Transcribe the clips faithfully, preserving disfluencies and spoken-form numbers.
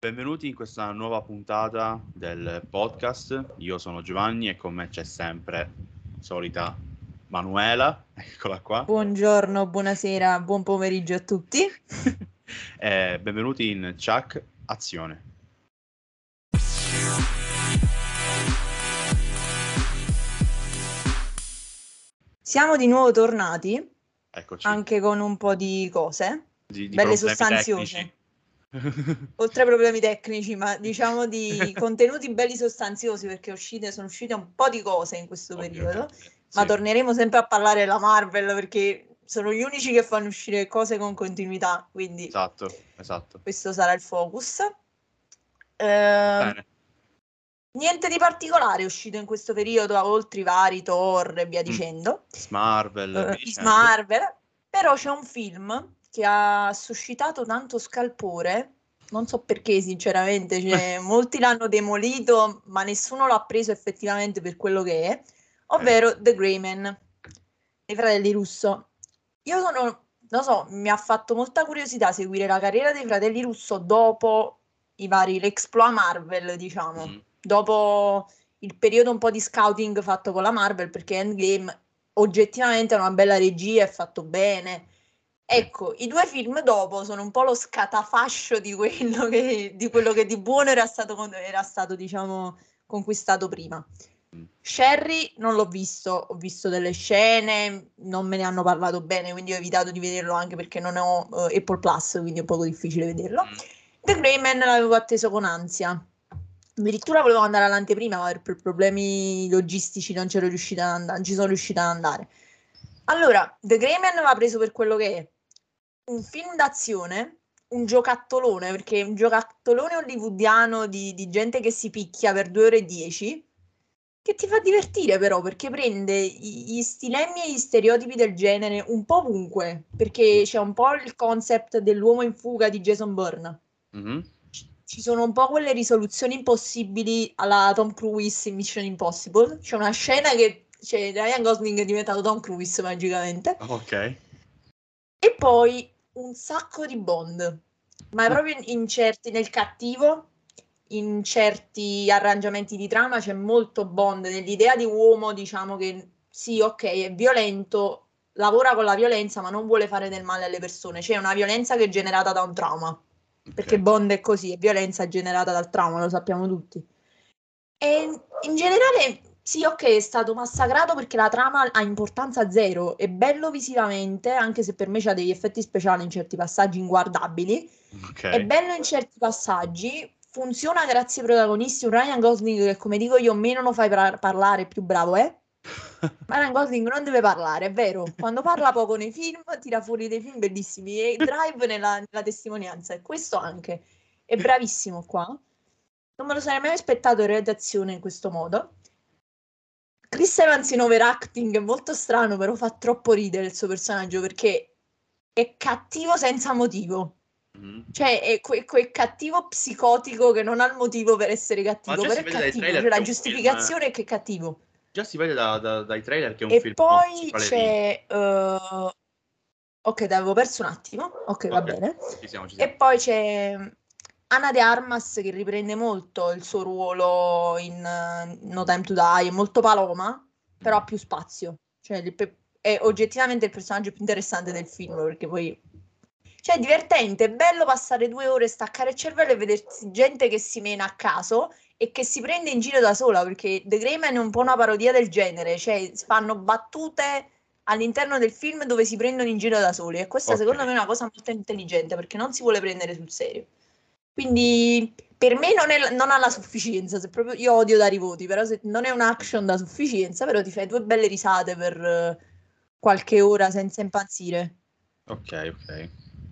Benvenuti in questa nuova puntata del podcast. Io sono Giovanni e con me c'è sempre solita Manuela, eccola qua. Buongiorno, buonasera, buon pomeriggio a tutti. E benvenuti in Chuck Azione. Siamo di nuovo tornati, Eccoci. anche con un po' di cose, Di, di belle problemi sostanziose. tecnici. Oltre ai problemi tecnici, ma diciamo di contenuti belli sostanziosi, perché uscite, sono uscite un po' di cose in questo Ovviamente, periodo, sì. ma torneremo sempre a parlare della Marvel, perché sono gli unici che fanno uscire cose con continuità, quindi Esatto, esatto. questo sarà il focus. Eh, Bene. Niente di particolare è uscito in questo periodo, oltre i vari Thor e via dicendo. Miss Marvel, Uh, via Miss dicendo. Marvel, però c'è un film che ha suscitato tanto scalpore, non so perché sinceramente, cioè, molti l'hanno demolito, ma nessuno l'ha preso effettivamente per quello che è, ovvero okay. The Gray Man, dei fratelli Russo. Io sono, non so, mi ha fatto molta curiosità seguire la carriera dei fratelli Russo dopo i vari, l'exploit Marvel, diciamo, mm. dopo il periodo un po' di scouting fatto con la Marvel, perché Endgame oggettivamente è una bella regia, è fatto bene. Ecco, i due film dopo sono un po' lo scatafascio di quello che di, quello che di buono era stato, era stato, diciamo, conquistato prima. Sherry non l'ho visto, ho visto delle scene, non me ne hanno parlato bene, quindi ho evitato di vederlo anche perché non ho uh, Apple Plus, quindi è un po' difficile vederlo. The Gray Man l'avevo atteso con ansia. Addirittura volevo andare all'anteprima, ma per problemi logistici non c'ero riuscita ad andare, non ci sono riuscita ad andare. Allora, The Gray Man va preso per quello che è un film d'azione, un giocattolone, perché è un giocattolone hollywoodiano di, di gente che si picchia per due ore e dieci, che ti fa divertire però, perché prende gli stilemmi e gli stereotipi del genere un po' ovunque, perché c'è un po' il concept dell'uomo in fuga di Jason Bourne. Mm-hmm. Ci sono un po' quelle risoluzioni impossibili alla Tom Cruise in Mission Impossible. C'è una scena che cioè, Ryan Gosling è diventato Tom Cruise magicamente. Ok. E poi un sacco di Bond, ma è proprio in, in certi, nel cattivo, in certi arrangiamenti di trama c'è molto Bond, nell'idea di uomo, diciamo che sì, ok, è violento, lavora con la violenza, ma non vuole fare del male alle persone. C'è una violenza che è generata da un trauma, okay. Perché Bond è così, è violenza generata dal trauma, lo sappiamo tutti. E in generale, sì, ok, è stato massacrato perché la trama ha importanza zero, è bello visivamente, anche se per me c'ha degli effetti speciali in certi passaggi inguardabili, okay. È bello in certi passaggi, funziona grazie ai protagonisti, un Ryan Gosling che, come dico io, meno lo fai pra- parlare, più bravo è. Ma Ryan Gosling non deve parlare, è vero, quando parla poco nei film tira fuori dei film bellissimi, e Drive nella, nella testimonianza, e questo anche, è bravissimo qua. Non me lo sarei mai aspettato in redazione in questo modo. Chris Evans in overacting è molto strano, però fa troppo ridere il suo personaggio perché è cattivo senza motivo. Mm. Cioè è quel que cattivo psicotico che non ha il motivo per essere cattivo, però è cattivo, cioè la giustificazione film... è che è cattivo. Già si vede da, da, dai trailer che è un e film. E poi c'è... Uh... Ok, avevo perso un attimo. Ok, okay. Va bene. Ci siamo, ci siamo. E poi c'è Ana de Armas che riprende molto il suo ruolo in uh, No Time to Die, è molto Paloma, però ha più spazio. Cioè, il, è oggettivamente il personaggio più interessante del film, perché poi... Cioè, è divertente, è bello passare due ore, staccare il cervello e vedersi gente che si mena a caso e che si prende in giro da sola, perché The Gray Man è un po' una parodia del genere, cioè fanno battute all'interno del film dove si prendono in giro da soli, e questa okay. secondo me è una cosa molto intelligente, perché non si vuole prendere sul serio. Quindi per me non, è, non ha la sufficienza, se proprio, io odio dare i voti, però se, non è un action da sufficienza, però ti fai due belle risate per uh, qualche ora senza impazzire. Ok, ok.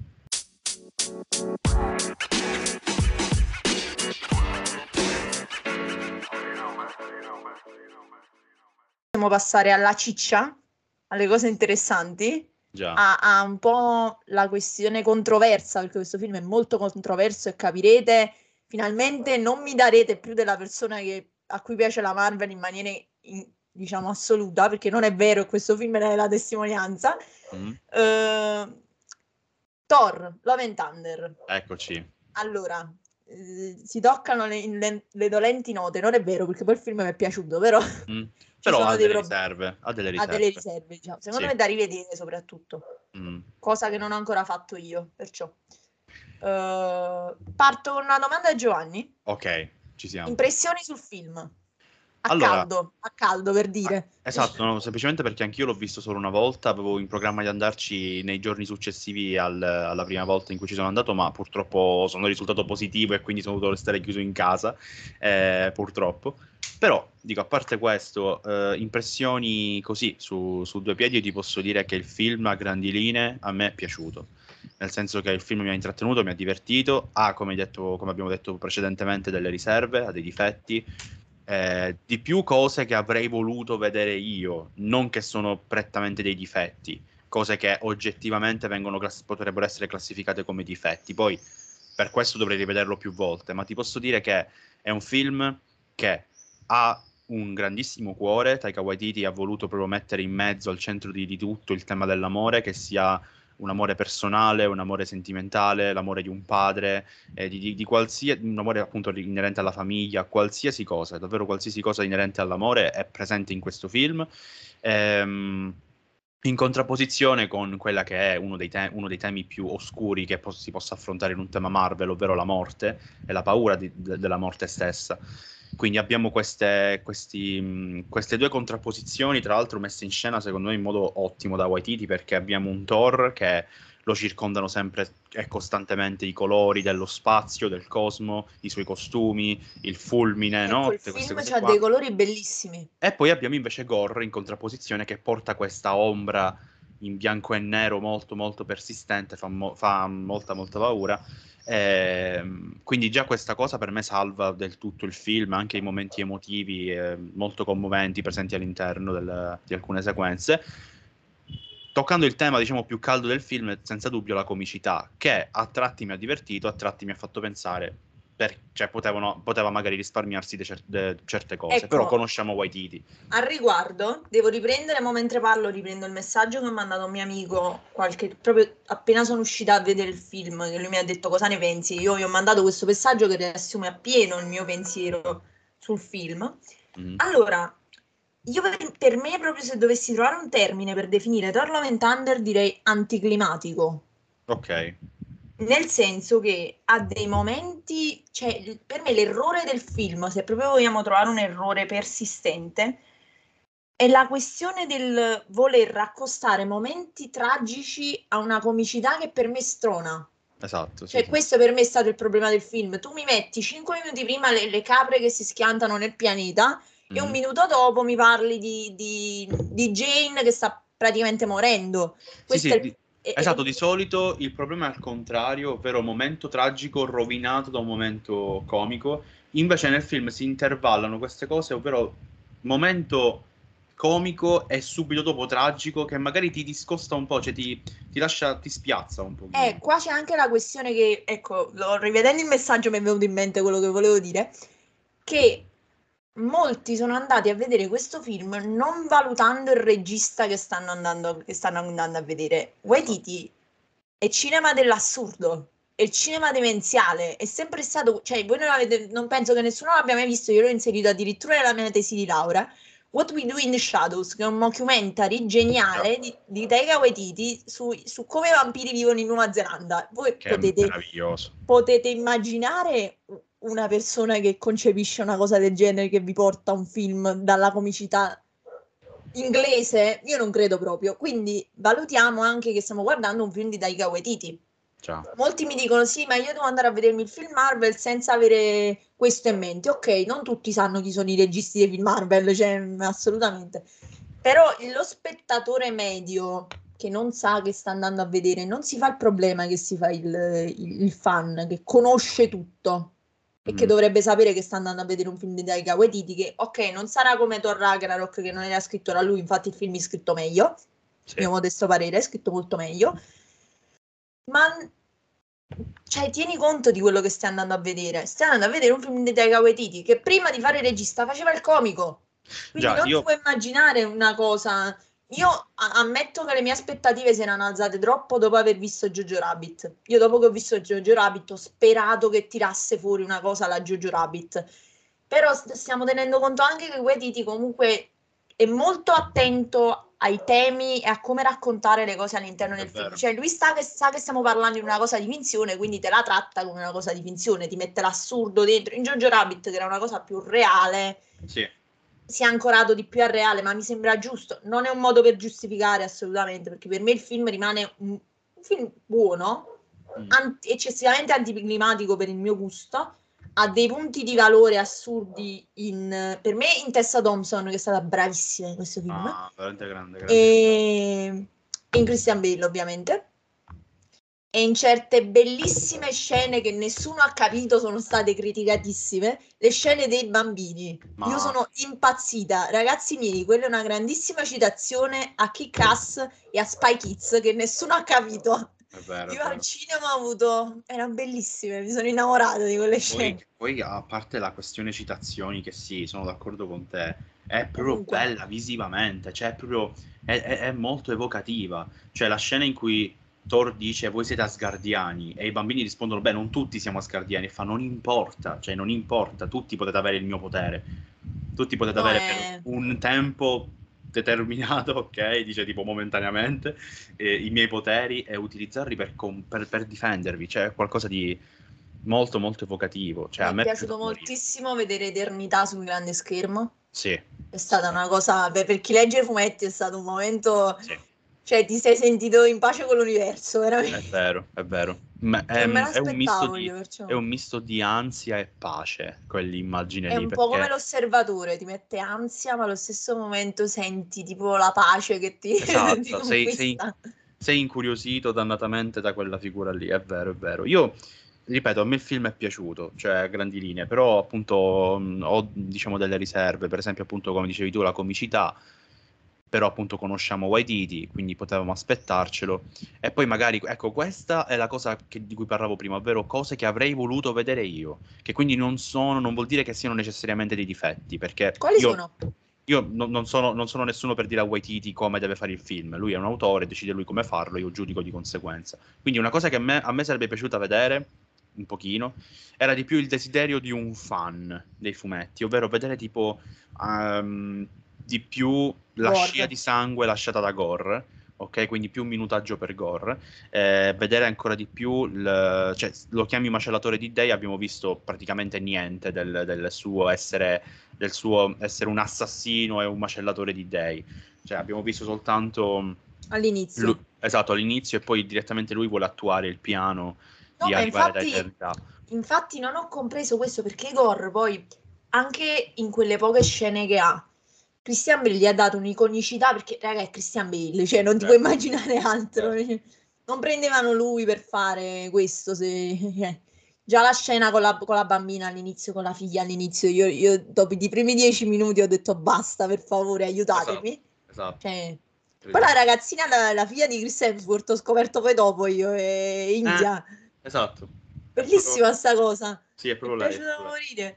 Possiamo passare alla ciccia, alle cose interessanti. Già. Ha, ha un po' la questione controversa, perché questo film è molto controverso e capirete, finalmente non mi darete più della persona che, a cui piace la Marvel in maniera in, diciamo assoluta, perché non è vero, questo film è la testimonianza. Mm. Uh, Thor, Love and Thunder. Eccoci. Allora, eh, si toccano le, le, le dolenti note, non è vero perché poi il film mi è piaciuto, però, Mm. ci Però sono ha dei delle problemi, riserve, ha delle ha delle riserve. riserve, diciamo. Secondo Sì. me è da rivedere soprattutto, Mm. cosa che non ho ancora fatto io, perciò. Uh, parto con una domanda a Giovanni. Ok, ci siamo. Impressioni sul film. A Allora, caldo, a caldo per dire. esatto, no, semplicemente perché anch'io l'ho visto solo una volta, avevo in programma di andarci nei giorni successivi al- alla prima volta in cui ci sono andato, ma purtroppo sono risultato positivo e quindi sono dovuto restare chiuso in casa, eh, purtroppo. Però, dico, a parte questo, eh, impressioni così, su, su due piedi, io ti posso dire che il film a grandi linee a me è piaciuto. Nel senso che il film mi ha intrattenuto, mi ha divertito, ha, come detto, come abbiamo detto precedentemente, delle riserve, ha dei difetti, eh, di più cose che avrei voluto vedere io, non che sono prettamente dei difetti, cose che oggettivamente vengono class- potrebbero essere classificate come difetti. Poi per questo dovrei rivederlo più volte, ma ti posso dire che è un film che ha un grandissimo cuore. Taika Waititi ha voluto proprio mettere in mezzo, al centro di, di tutto, il tema dell'amore, che sia un amore personale, un amore sentimentale, l'amore di un padre, eh, di, di, di qualsiasi, un amore appunto inerente alla famiglia, qualsiasi cosa, davvero qualsiasi cosa inerente all'amore è presente in questo film. Ehm, in contrapposizione con quella che è uno dei, te- uno dei temi più oscuri che po- si possa affrontare in un tema Marvel, ovvero la morte e la paura di- de- della morte stessa. Quindi abbiamo queste, questi, mh, queste due contrapposizioni, tra l'altro messe in scena secondo me in modo ottimo da Waititi, perché abbiamo un Thor che lo circondano sempre e costantemente i colori dello spazio, del cosmo, i suoi costumi, il fulmine, Ecco, no? il Tutte queste film cose ha qua. dei colori bellissimi. E poi abbiamo invece Gore in contrapposizione che porta questa ombra in bianco e nero molto molto persistente, fa, mo- fa molta molta paura. Ehm, quindi già questa cosa per me salva del tutto il film, anche i momenti emotivi eh, molto commoventi presenti all'interno del- di alcune sequenze. Toccando il tema, diciamo, più caldo del film, è senza dubbio la comicità, che a tratti mi ha divertito, a tratti mi ha fatto pensare, per- cioè potevano, poteva magari risparmiarsi de cer- de certe cose, però Ecco, conosciamo Waititi. al riguardo, devo riprendere, ma mentre parlo riprendo il messaggio che mi ha mandato un mio amico, qualche, proprio appena sono uscita a vedere il film, che lui mi ha detto cosa ne pensi. Io gli ho mandato questo messaggio che riassume appieno il mio pensiero sul film. Mhm. Allora, io per, per me, proprio se dovessi trovare un termine per definire Thor Love and Thunder, direi anticlimatico. Ok. Nel senso che ha dei momenti, cioè per me l'errore del film, se proprio vogliamo trovare un errore persistente, è la questione del voler raccostare momenti tragici a una comicità che per me strona. Esatto, sì, Cioè, sì. questo per me è stato il problema del film. Tu mi metti cinque minuti prima le, le capre che si schiantano nel pianeta e un Mhm. minuto dopo mi parli di, di- di Jane che sta praticamente morendo. Sì, Questo sì, è il... di- è- esatto, è- di solito il problema è al contrario, ovvero momento tragico rovinato da un momento comico. Invece nel film si intervallano queste cose, ovvero momento comico e subito dopo tragico, che magari ti discosta un po', cioè ti, ti lascia, ti spiazza un Eh, pochino. qua c'è anche la questione che, ecco, lo- rivedendo il messaggio mi è venuto in mente quello che volevo dire, che molti sono andati a vedere questo film non valutando il regista che stanno andando, che stanno andando a vedere. Esatto. Waititi è cinema dell'assurdo, è il cinema demenziale, è sempre stato, cioè voi non avete, non penso che nessuno l'abbia mai visto, io l'ho inserito addirittura nella mia tesi di laurea. What We Do in the Shadows, che è un mockumentary Già, geniale di, di Taika Waititi su, su come i vampiri vivono in Nuova Zelanda. Voi che è potete, meraviglioso. potete immaginare una persona che concepisce una cosa del genere che vi porta un film dalla comicità inglese? Io non credo proprio. Quindi valutiamo anche che stiamo guardando un film di Taika Waititi. Già. Molti mi dicono sì, ma io devo andare a vedermi il film Marvel senza avere questo in mente. Ok, non tutti sanno chi sono i registi dei film Marvel, cioè assolutamente. Però lo spettatore medio che non sa che sta andando a vedere, non si fa il problema che si fa il, il- il fan, che conosce tutto e che Mhm. dovrebbe sapere che sta andando a vedere un film di Taika Waititi, che ok, non sarà come Thor Ragnarok, che non era scritto da lui, infatti il film è scritto meglio, Sì. mio modesto parere, è scritto molto meglio, ma cioè, tieni conto di quello che stai andando a vedere. Stai andando a vedere un film di Taika Waititi che prima di fare il regista faceva il comico. Quindi Già, non ti io puoi immaginare una cosa Io a- ammetto che le mie aspettative si erano alzate troppo dopo aver visto Jojo Rabbit. Io dopo che ho visto Jojo Rabbit ho sperato che tirasse fuori una cosa alla Jojo Rabbit. Però st- stiamo tenendo conto anche che Waititi comunque è molto attento ai temi e a come raccontare le cose all'interno È del film. vero. Cioè lui sa che, sa che stiamo parlando di una cosa di finzione, quindi te la tratta come una cosa di finzione, ti mette l'assurdo dentro. In Jojo Rabbit, che era una cosa più reale, Sì. si è ancorato di più al reale, ma mi sembra giusto. Non è un modo per giustificare assolutamente, perché per me il film rimane un, un film buono, Mm. anti- eccessivamente anticlimatico per il mio gusto, ha dei punti di valore assurdi in, per me in Tessa Thompson, che è stata bravissima in questo film, Ah, veramente grande, grande. e in Christian Bale ovviamente. E in certe bellissime scene che nessuno ha capito sono state criticatissime, le scene dei bambini. Io Ma sono impazzita, ragazzi miei, quella è una grandissima citazione a Kick-Ass e a Spy Kids che nessuno ha capito. è vero, è Io al vero. cinema ho avuto, erano bellissime, mi sono innamorata di quelle Poi, scene. poi, a parte la questione citazioni, che sì, sono d'accordo con te, è proprio Comunque, bella visivamente, cioè è proprio, è, è- è molto evocativa. Cioè la scena in cui Thor dice voi siete asgardiani e i bambini rispondono beh, non tutti siamo asgardiani, e fa non importa, cioè non importa, tutti potete avere il mio potere, tutti potete no, avere per è, un tempo determinato, ok, dice tipo momentaneamente, eh, i miei poteri e utilizzarli per, com- per- per difendervi, cioè è qualcosa di molto molto evocativo, cioè mi a è me è piaciuto piaciuto da morire. moltissimo vedere Eternità sul grande schermo. Sì, È sì, stata una cosa, per, per chi legge i fumetti è stato un momento, sì, cioè ti sei sentito in pace con l'universo, è veramente. vero, è vero. Ma è, Non me è un misto l'aspettavo di, io, è perciò. un misto di ansia e pace, quell'immagine È lì, un po' come perché l'osservatore, ti mette ansia, ma allo stesso momento senti tipo la pace che ti, ti esatto, sei, sei, conquista. sei incuriosito dannatamente da quella figura lì, è vero, è vero. Io, ripeto, a me il film è piaciuto, cioè a grandi linee, però appunto mh, ho, diciamo, delle riserve, per esempio appunto come dicevi tu, la comicità, però appunto conosciamo Waititi, quindi potevamo aspettarcelo. E poi magari, ecco, questa è la cosa che- di cui parlavo prima, ovvero cose che avrei voluto vedere io, che quindi non sono, non vuol dire che siano necessariamente dei difetti, perché Quali io sono? io non, non sono, non sono nessuno per dire a Waititi come deve fare il film. Lui è un autore, decide lui come farlo, io giudico di conseguenza. Quindi una cosa che a me, a me sarebbe piaciuta vedere, un pochino, era di più il desiderio di un fan dei fumetti, ovvero vedere tipo ehm, di più la scia Gore. di sangue lasciata da Gore, ok? Quindi più minutaggio per Gore, eh, vedere ancora di più, il, cioè lo chiami macellatore di dei, abbiamo visto praticamente niente del, del suo essere del suo essere un assassino e un macellatore di dei. Cioè, abbiamo visto soltanto lui, All'inizio. esatto, all'inizio e poi direttamente lui vuole attuare il piano No, di ma arrivare da infatti, eternità. infatti non ho compreso questo perché Gore poi, anche in quelle poche scene che ha, Christian Bale gli ha dato un'iconicità perché, raga, è Christian Bale, cioè non ti puoi Certo, immaginare altro. certo. Cioè, non prendevano lui per fare questo. Se, cioè, già la scena con la, con la bambina all'inizio, con la figlia all'inizio, io, io dopo i primi dieci minuti ho detto basta, per favore, Esatto, aiutatemi. esatto. Cioè, poi la Incredibile. ragazzina, la, la figlia di Chris Hemsworth, ho scoperto poi dopo io, è Eh, India. esatto. È proprio... Bellissima sta cosa, Sì, è mi è proprio lei, è piaciuta da proprio lei. morire.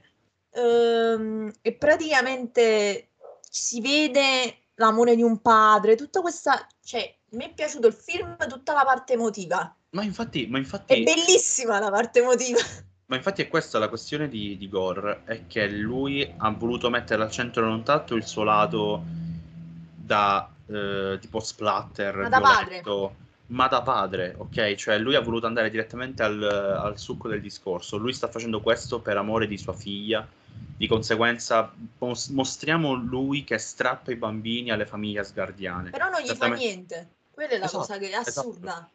Ehm, e praticamente si vede l'amore di un padre, tutta questa, cioè, mi è piaciuto il film, tutta la parte emotiva. Ma infatti, ma È infatti, bellissima la parte emotiva. ma infatti è questa la questione di, di Gore, è che lui ha voluto mettere al centro non tanto il suo lato da eh, tipo splatter, Ma da padre. violento, ma da padre, ok? Cioè lui ha voluto andare direttamente al, al succo del discorso. Lui sta facendo questo per amore di sua figlia, di conseguenza mos- mostriamo lui che strappa i bambini alle famiglie asgardiane. Però non gli fa Esattamente. niente. Quella è la Esatto, cosa che è esatto, assurda.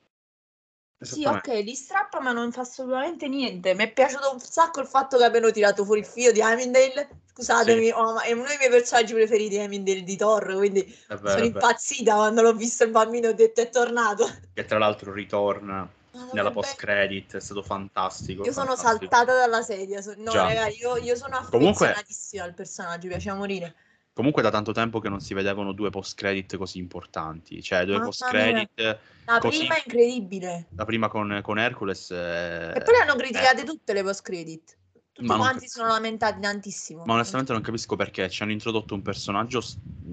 Sì, ok, esattamente. li strappa ma non fa assolutamente niente. Mi è piaciuto un sacco il fatto che abbiano tirato fuori il figlio di Heimdall. Sì, Scusatemi, oh, ma è uno dei miei personaggi preferiti, Heimdall di Thor, quindi è vero, sono è vero. impazzita quando l'ho visto il bambino e ho detto è tornato. Che tra l'altro ritorna Madonna, nella che post bello. credit, è stato fantastico, Io sono fantastico. saltata dalla sedia. so- No, Già. raga, io, io sono Comunque, affezionatissima al personaggio, mi piace morire. comunque da tanto tempo che non si vedevano due post credit così importanti, cioè due post Mamma mia. credit La prima così, è incredibile. la prima con, con Hercules, E poi le eh, hanno criticate merda. tutte le post-credit. Tutti Ma non quanti sono capisco. lamentati Ma tantissimo. Non onestamente non capisco. capisco perché ci hanno introdotto un personaggio s- mh,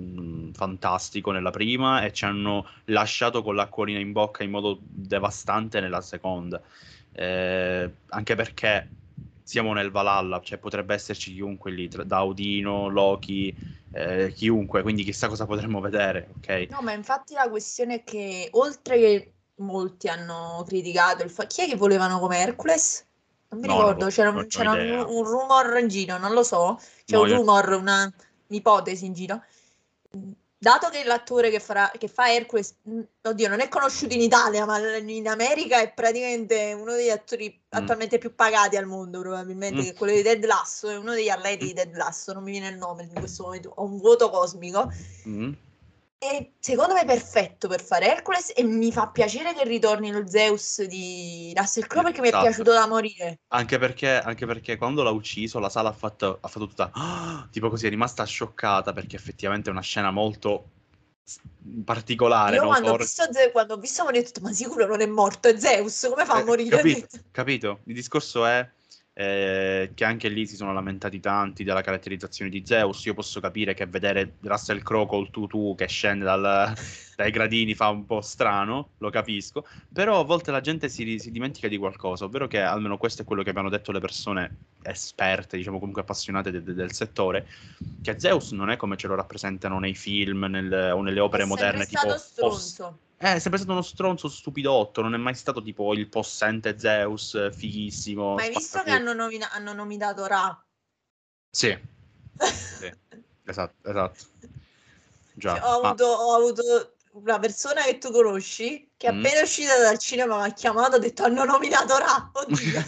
fantastico nella prima e ci hanno lasciato con l'acquolina in bocca in modo devastante nella seconda. Eh, anche perché siamo nel Valhalla, cioè potrebbe esserci chiunque lì, tra, da Odino, Loki, eh, chiunque, quindi chissà cosa potremmo vedere, ok? No, ma infatti la questione è che oltre che molti hanno criticato il fatto... Chi è che volevano come Hercules? Non mi No, non, ricordo, lo- c'era, non un, ho c'era un, idea. un rumor in giro, non lo so, c'è No, un io... rumor, una un'ipotesi in giro. Dato che l'attore che, farà, che fa Hercules, mh, oddio, non è conosciuto in Italia, ma in America è praticamente uno degli attori Mm. attualmente più pagati al mondo, probabilmente, Mm. che è quello di Ted Lasso, è uno degli atleti di Ted Lasso, non mi viene il nome in questo momento, ho un vuoto cosmico. Mm. E secondo me è perfetto per fare Hercules e mi fa piacere che ritorni lo Zeus di Russell Crowe perché mi è Esatto. piaciuto da morire. Anche perché, anche perché quando l'ha ucciso la sala ha fatto, ha fatto tutta "Ah!", tipo così, è rimasta scioccata perché effettivamente è una scena molto s- particolare, Io no? quando ho Thor, visto Zeus, quando ho visto morire ho detto ma sicuro non è morto, è Zeus, come fa a eh, morire? capito, capito? Il discorso è eh, che anche lì si sono lamentati tanti della caratterizzazione di Zeus. Io posso capire che vedere Russell Crowe col tutù che scende dal- dai gradini fa un po' strano, lo capisco, però a volte la gente si, si dimentica di qualcosa, ovvero che almeno questo è quello che abbiano detto le persone esperte, diciamo comunque appassionate de- de- del settore, che Zeus non è come ce lo rappresentano nei film nel- o nelle È opere sempre moderne, stato tipo post- stronzo. eh, è sempre stato uno stronzo stupidotto, non è mai stato tipo il possente Zeus, eh, fighissimo, Ma hai visto che spaccaculo. hanno, nomina- hanno nominato Ra? Sì, sì, esatto, esatto. Cioè, Già, ho ma... avuto, ho avuto una persona che tu conosci che Mm? appena uscita dal cinema mi ha chiamato e ha detto hanno nominato Ra. Oddio,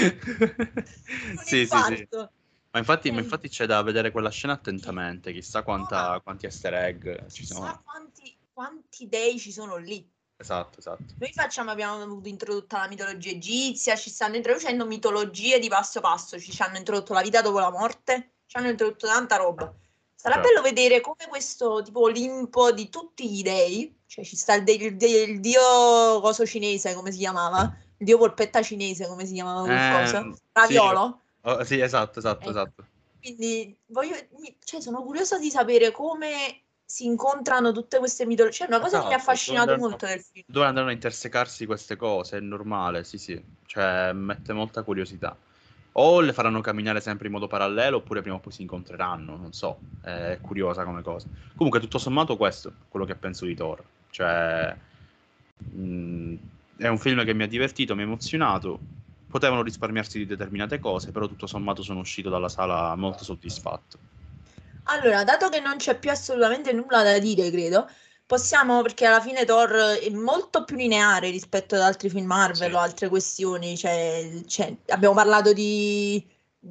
un Sì, sì, sì. infarto. Ma infatti, ma Cioè, infatti c'è da vedere quella scena attentamente, chissà no, ma quanta, quanti easter egg ci chissà sono. quanti, quanti dei ci sono lì. Esatto, esatto. Noi facciamo, abbiamo avuto introdotta la mitologia egizia, ci stanno introducendo mitologie di passo passo, ci hanno introdotto la vita dopo la morte, ci hanno introdotto tanta roba. Sarà Già. bello vedere come questo tipo Olimpo di tutti gli dei, cioè ci sta il, de- il de- il dio coso cinese, come si chiamava? Il dio polpetta cinese, come si chiamava quel coso? Eh, sì, Raviolo? oh, sì, esatto, esatto, Ecco. esatto. Quindi voglio, mi- cioè, sono curiosa di sapere come si incontrano tutte queste mitologie. Cioè, è una cosa che mi ha Esatto, dove affascinato andranno, molto del film. dove andranno a intersecarsi queste cose, è normale, sì, sì, cioè mette molta curiosità. O le faranno camminare sempre in modo parallelo, oppure prima o poi si incontreranno, non so, è curiosa come cosa. Comunque, tutto sommato, questo è quello che penso di Thor. Cioè, mh, è un film che mi ha divertito, mi ha emozionato. Potevano risparmiarsi di determinate cose, però tutto sommato sono uscito dalla sala molto soddisfatto. Allora, dato che non c'è più assolutamente nulla da dire, credo, possiamo, perché alla fine Thor è molto più lineare rispetto ad altri film Marvel Sì. o altre questioni. Cioè, cioè, abbiamo parlato di,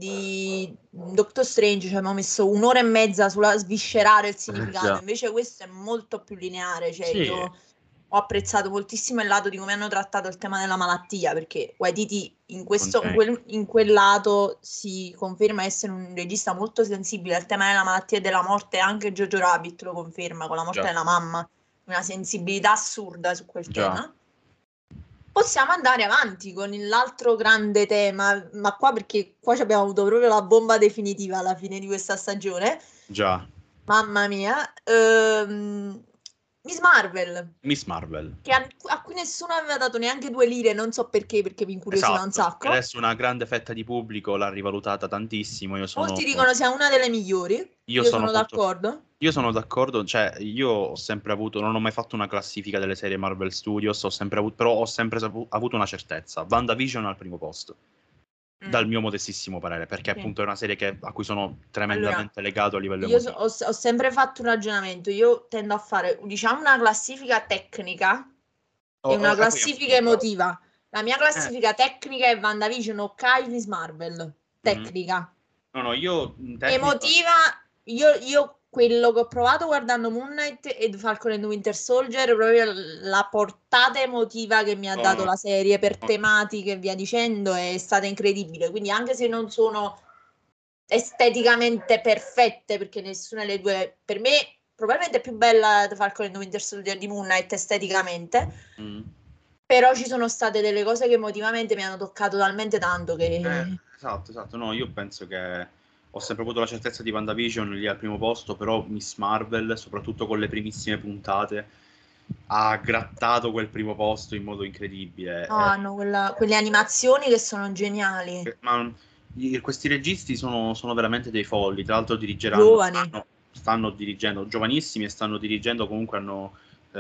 di Doctor Strange, cioè abbiamo messo un'ora e mezza sulla sviscerare il Eh, significato, già. invece questo è molto più lineare. Cioè, Sì, io ho apprezzato moltissimo il lato di come hanno trattato il tema della malattia, perché Waititi in questo, in contieni. quel, in quel lato si conferma essere un regista molto sensibile al tema della malattia e della morte, anche Jojo Rabbit lo conferma con la morte Già, della mamma, una sensibilità assurda su quel già. tema. Possiamo andare avanti con l'altro grande tema, ma qua perché qua ci abbiamo avuto proprio la bomba definitiva alla fine di questa stagione. Già. Mamma mia, ehm, Miss Marvel, Miss Marvel. che a, a cui nessuno aveva dato neanche due lire, non so perché, perché mi incuriosiva un Esatto. E sacco. adesso una grande fetta di pubblico l'ha rivalutata tantissimo. Io sono, Molti dicono sia una delle migliori, io io sono sono molto, d'accordo. io sono d'accordo. Cioè, io ho sempre avuto, non ho mai fatto una classifica delle serie Marvel Studios, ho sempre avuto, però ho sempre sapu- avuto una certezza. WandaVision al primo posto, dal Mm, mio modestissimo parere, perché sì. appunto è una serie che- a cui sono Allora, tremendamente legato a livello io so- emotivo. ho, ho sempre fatto un ragionamento, io tendo a fare, diciamo, una classifica tecnica Oh, e oh, una e poi classifica emotiva. emotiva. La mia Eh. classifica tecnica è WandaVision, ok, Miss Marvel, Mhm. tecnica. No, no, io in tecnica... Emotiva, io, io quello che ho provato guardando Moon Knight e Falcon and the Winter Soldier, proprio la portata emotiva che mi ha No, dato no, la serie per no. tematiche e via dicendo è stata incredibile. Quindi anche se non sono esteticamente perfette, perché nessuna delle due, per me, probabilmente è più bella The Falcon and the Winter Soldier di Moon Knight esteticamente, Mm. però ci sono state delle cose che emotivamente mi hanno toccato talmente tanto Eh, che... esatto, esatto. No, io penso che ho sempre avuto la certezza di WandaVision lì al primo posto, però Miss Marvel, soprattutto con le primissime puntate, ha grattato quel primo posto in modo incredibile. No, Eh, hanno quella- quelle animazioni che sono geniali, eh, ma i- questi registi sono, sono veramente dei folli, tra l'altro dirigeranno, giovani. stanno, stanno dirigendo, giovanissimi e stanno dirigendo, comunque hanno,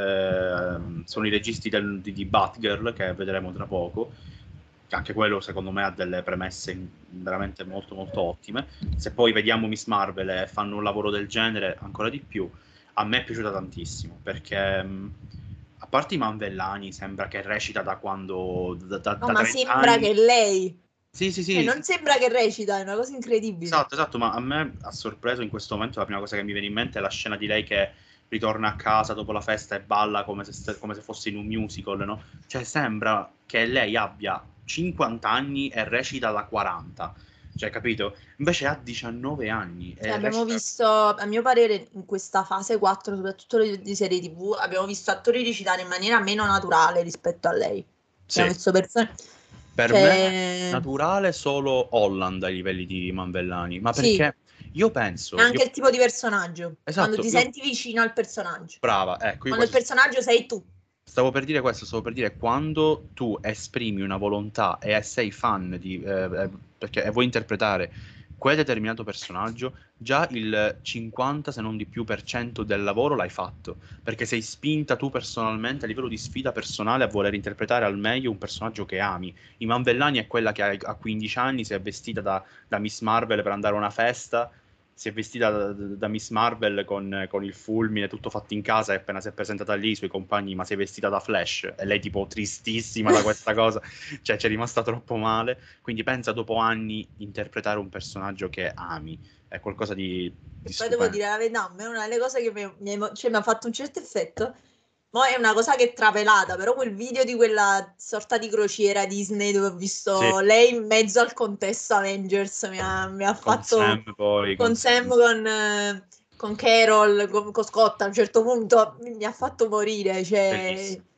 ehm, sono i registi del- di, di Batgirl, che vedremo tra poco, che anche quello secondo me ha delle premesse in- veramente molto molto ottime. Se poi vediamo Miss Marvel e fanno un lavoro del genere, ancora di più. A me è piaciuta tantissimo, perché mh, a parte i Manvellani, sembra che recita da quando, da, da, No, da ma trenta sembra anni. che lei, Sì, sì, cioè, sì, non sì. sembra che recita, è una cosa incredibile. Esatto, esatto, ma a me ha sorpreso in questo momento. La prima cosa che mi viene in mente è la scena di lei che ritorna a casa dopo la festa e balla come se, st- come se fosse in un musical, no? Cioè sembra che lei abbia cinquanta anni e recita da quaranta, cioè capito? Invece ha diciannove anni Cioè, e abbiamo recita... visto, a mio parere, in questa fase quattro, soprattutto le- di serie T V, abbiamo visto attori recitare in maniera meno naturale rispetto a lei. Abbiamo Sì, visto persone, per me cioè, naturale solo Holland ai livelli di Manvellani, ma sì, perché io è penso, io... anche il tipo di personaggio, quando Esatto, ti io... senti vicino al personaggio, Brava, ecco, io quando il questo... personaggio sei tu. Stavo per dire questo, stavo per dire quando tu esprimi una volontà e sei fan di, eh, eh, perché e vuoi interpretare quel determinato personaggio, già il cinquanta se non di più per cento del lavoro l'hai fatto, perché sei spinta tu personalmente a livello di sfida personale a voler interpretare al meglio un personaggio che ami. Iman Vellani è quella che a a quindici anni si è vestita da, da Miss Marvel per andare a una festa, si è vestita da, da Miss Marvel con, con il fulmine, tutto fatto in casa, e appena si è presentata lì i suoi compagni, ma sei vestita da Flash, e lei tipo tristissima da questa cosa, cioè ci è rimasta troppo male, quindi pensa dopo anni interpretare un personaggio che ami, è qualcosa di, E di poi devo stupendo. dire la verità, a me una delle cose che mi, mi ha cioè, mi ha fatto un certo effetto, mo è una cosa che è trapelata, però quel video di quella sorta di crociera Disney dove ho Sì, visto lei in mezzo al contesto Avengers mi ha, mi ha con Sam fatto poi, con con Sam, Sam, con, eh, con Carol, con, con Scott a un certo punto mi, mi ha fatto morire, cioè bellissimo.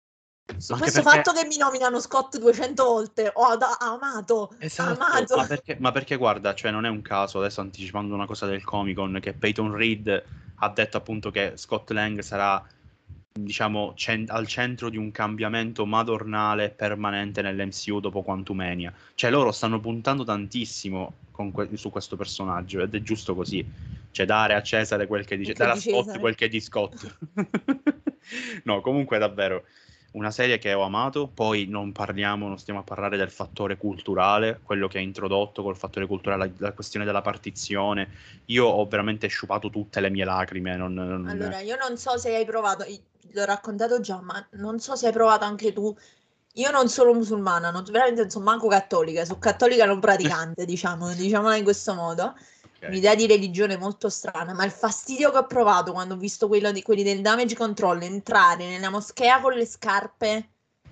su Ma anche questo perché fatto che mi nominano Scott duecento volte, ho ad- amato, esatto, amato. ma perché, ma perché guarda, cioè non è un caso, adesso anticipando una cosa del Comic Con, che Peyton Reed ha detto appunto che Scott Lang sarà, diciamo, cen- al centro di un cambiamento madornale permanente nell'M C U dopo Quantumania. Cioè loro stanno puntando tantissimo con que- su questo personaggio ed è giusto così. Cioè dare a Cesare quel che dice, Che dare a di Scott Cesare. quel che è di Scott. No, comunque davvero una serie che ho amato, poi non parliamo, non stiamo a parlare del fattore culturale, quello che ha introdotto col fattore culturale, la, la questione della partizione. Io ho veramente sciupato tutte le mie lacrime, non, non- Allora, io non so se hai provato, i- l'ho raccontato già, ma non so se hai provato anche tu. Io non sono musulmana, non, veramente non sono manco cattolica, sono cattolica non praticante, diciamo, diciamola in questo modo. Ok. Un'idea di religione molto strana, ma il fastidio che ho provato quando ho visto quello di, quelli del damage control entrare nella moschea con le scarpe,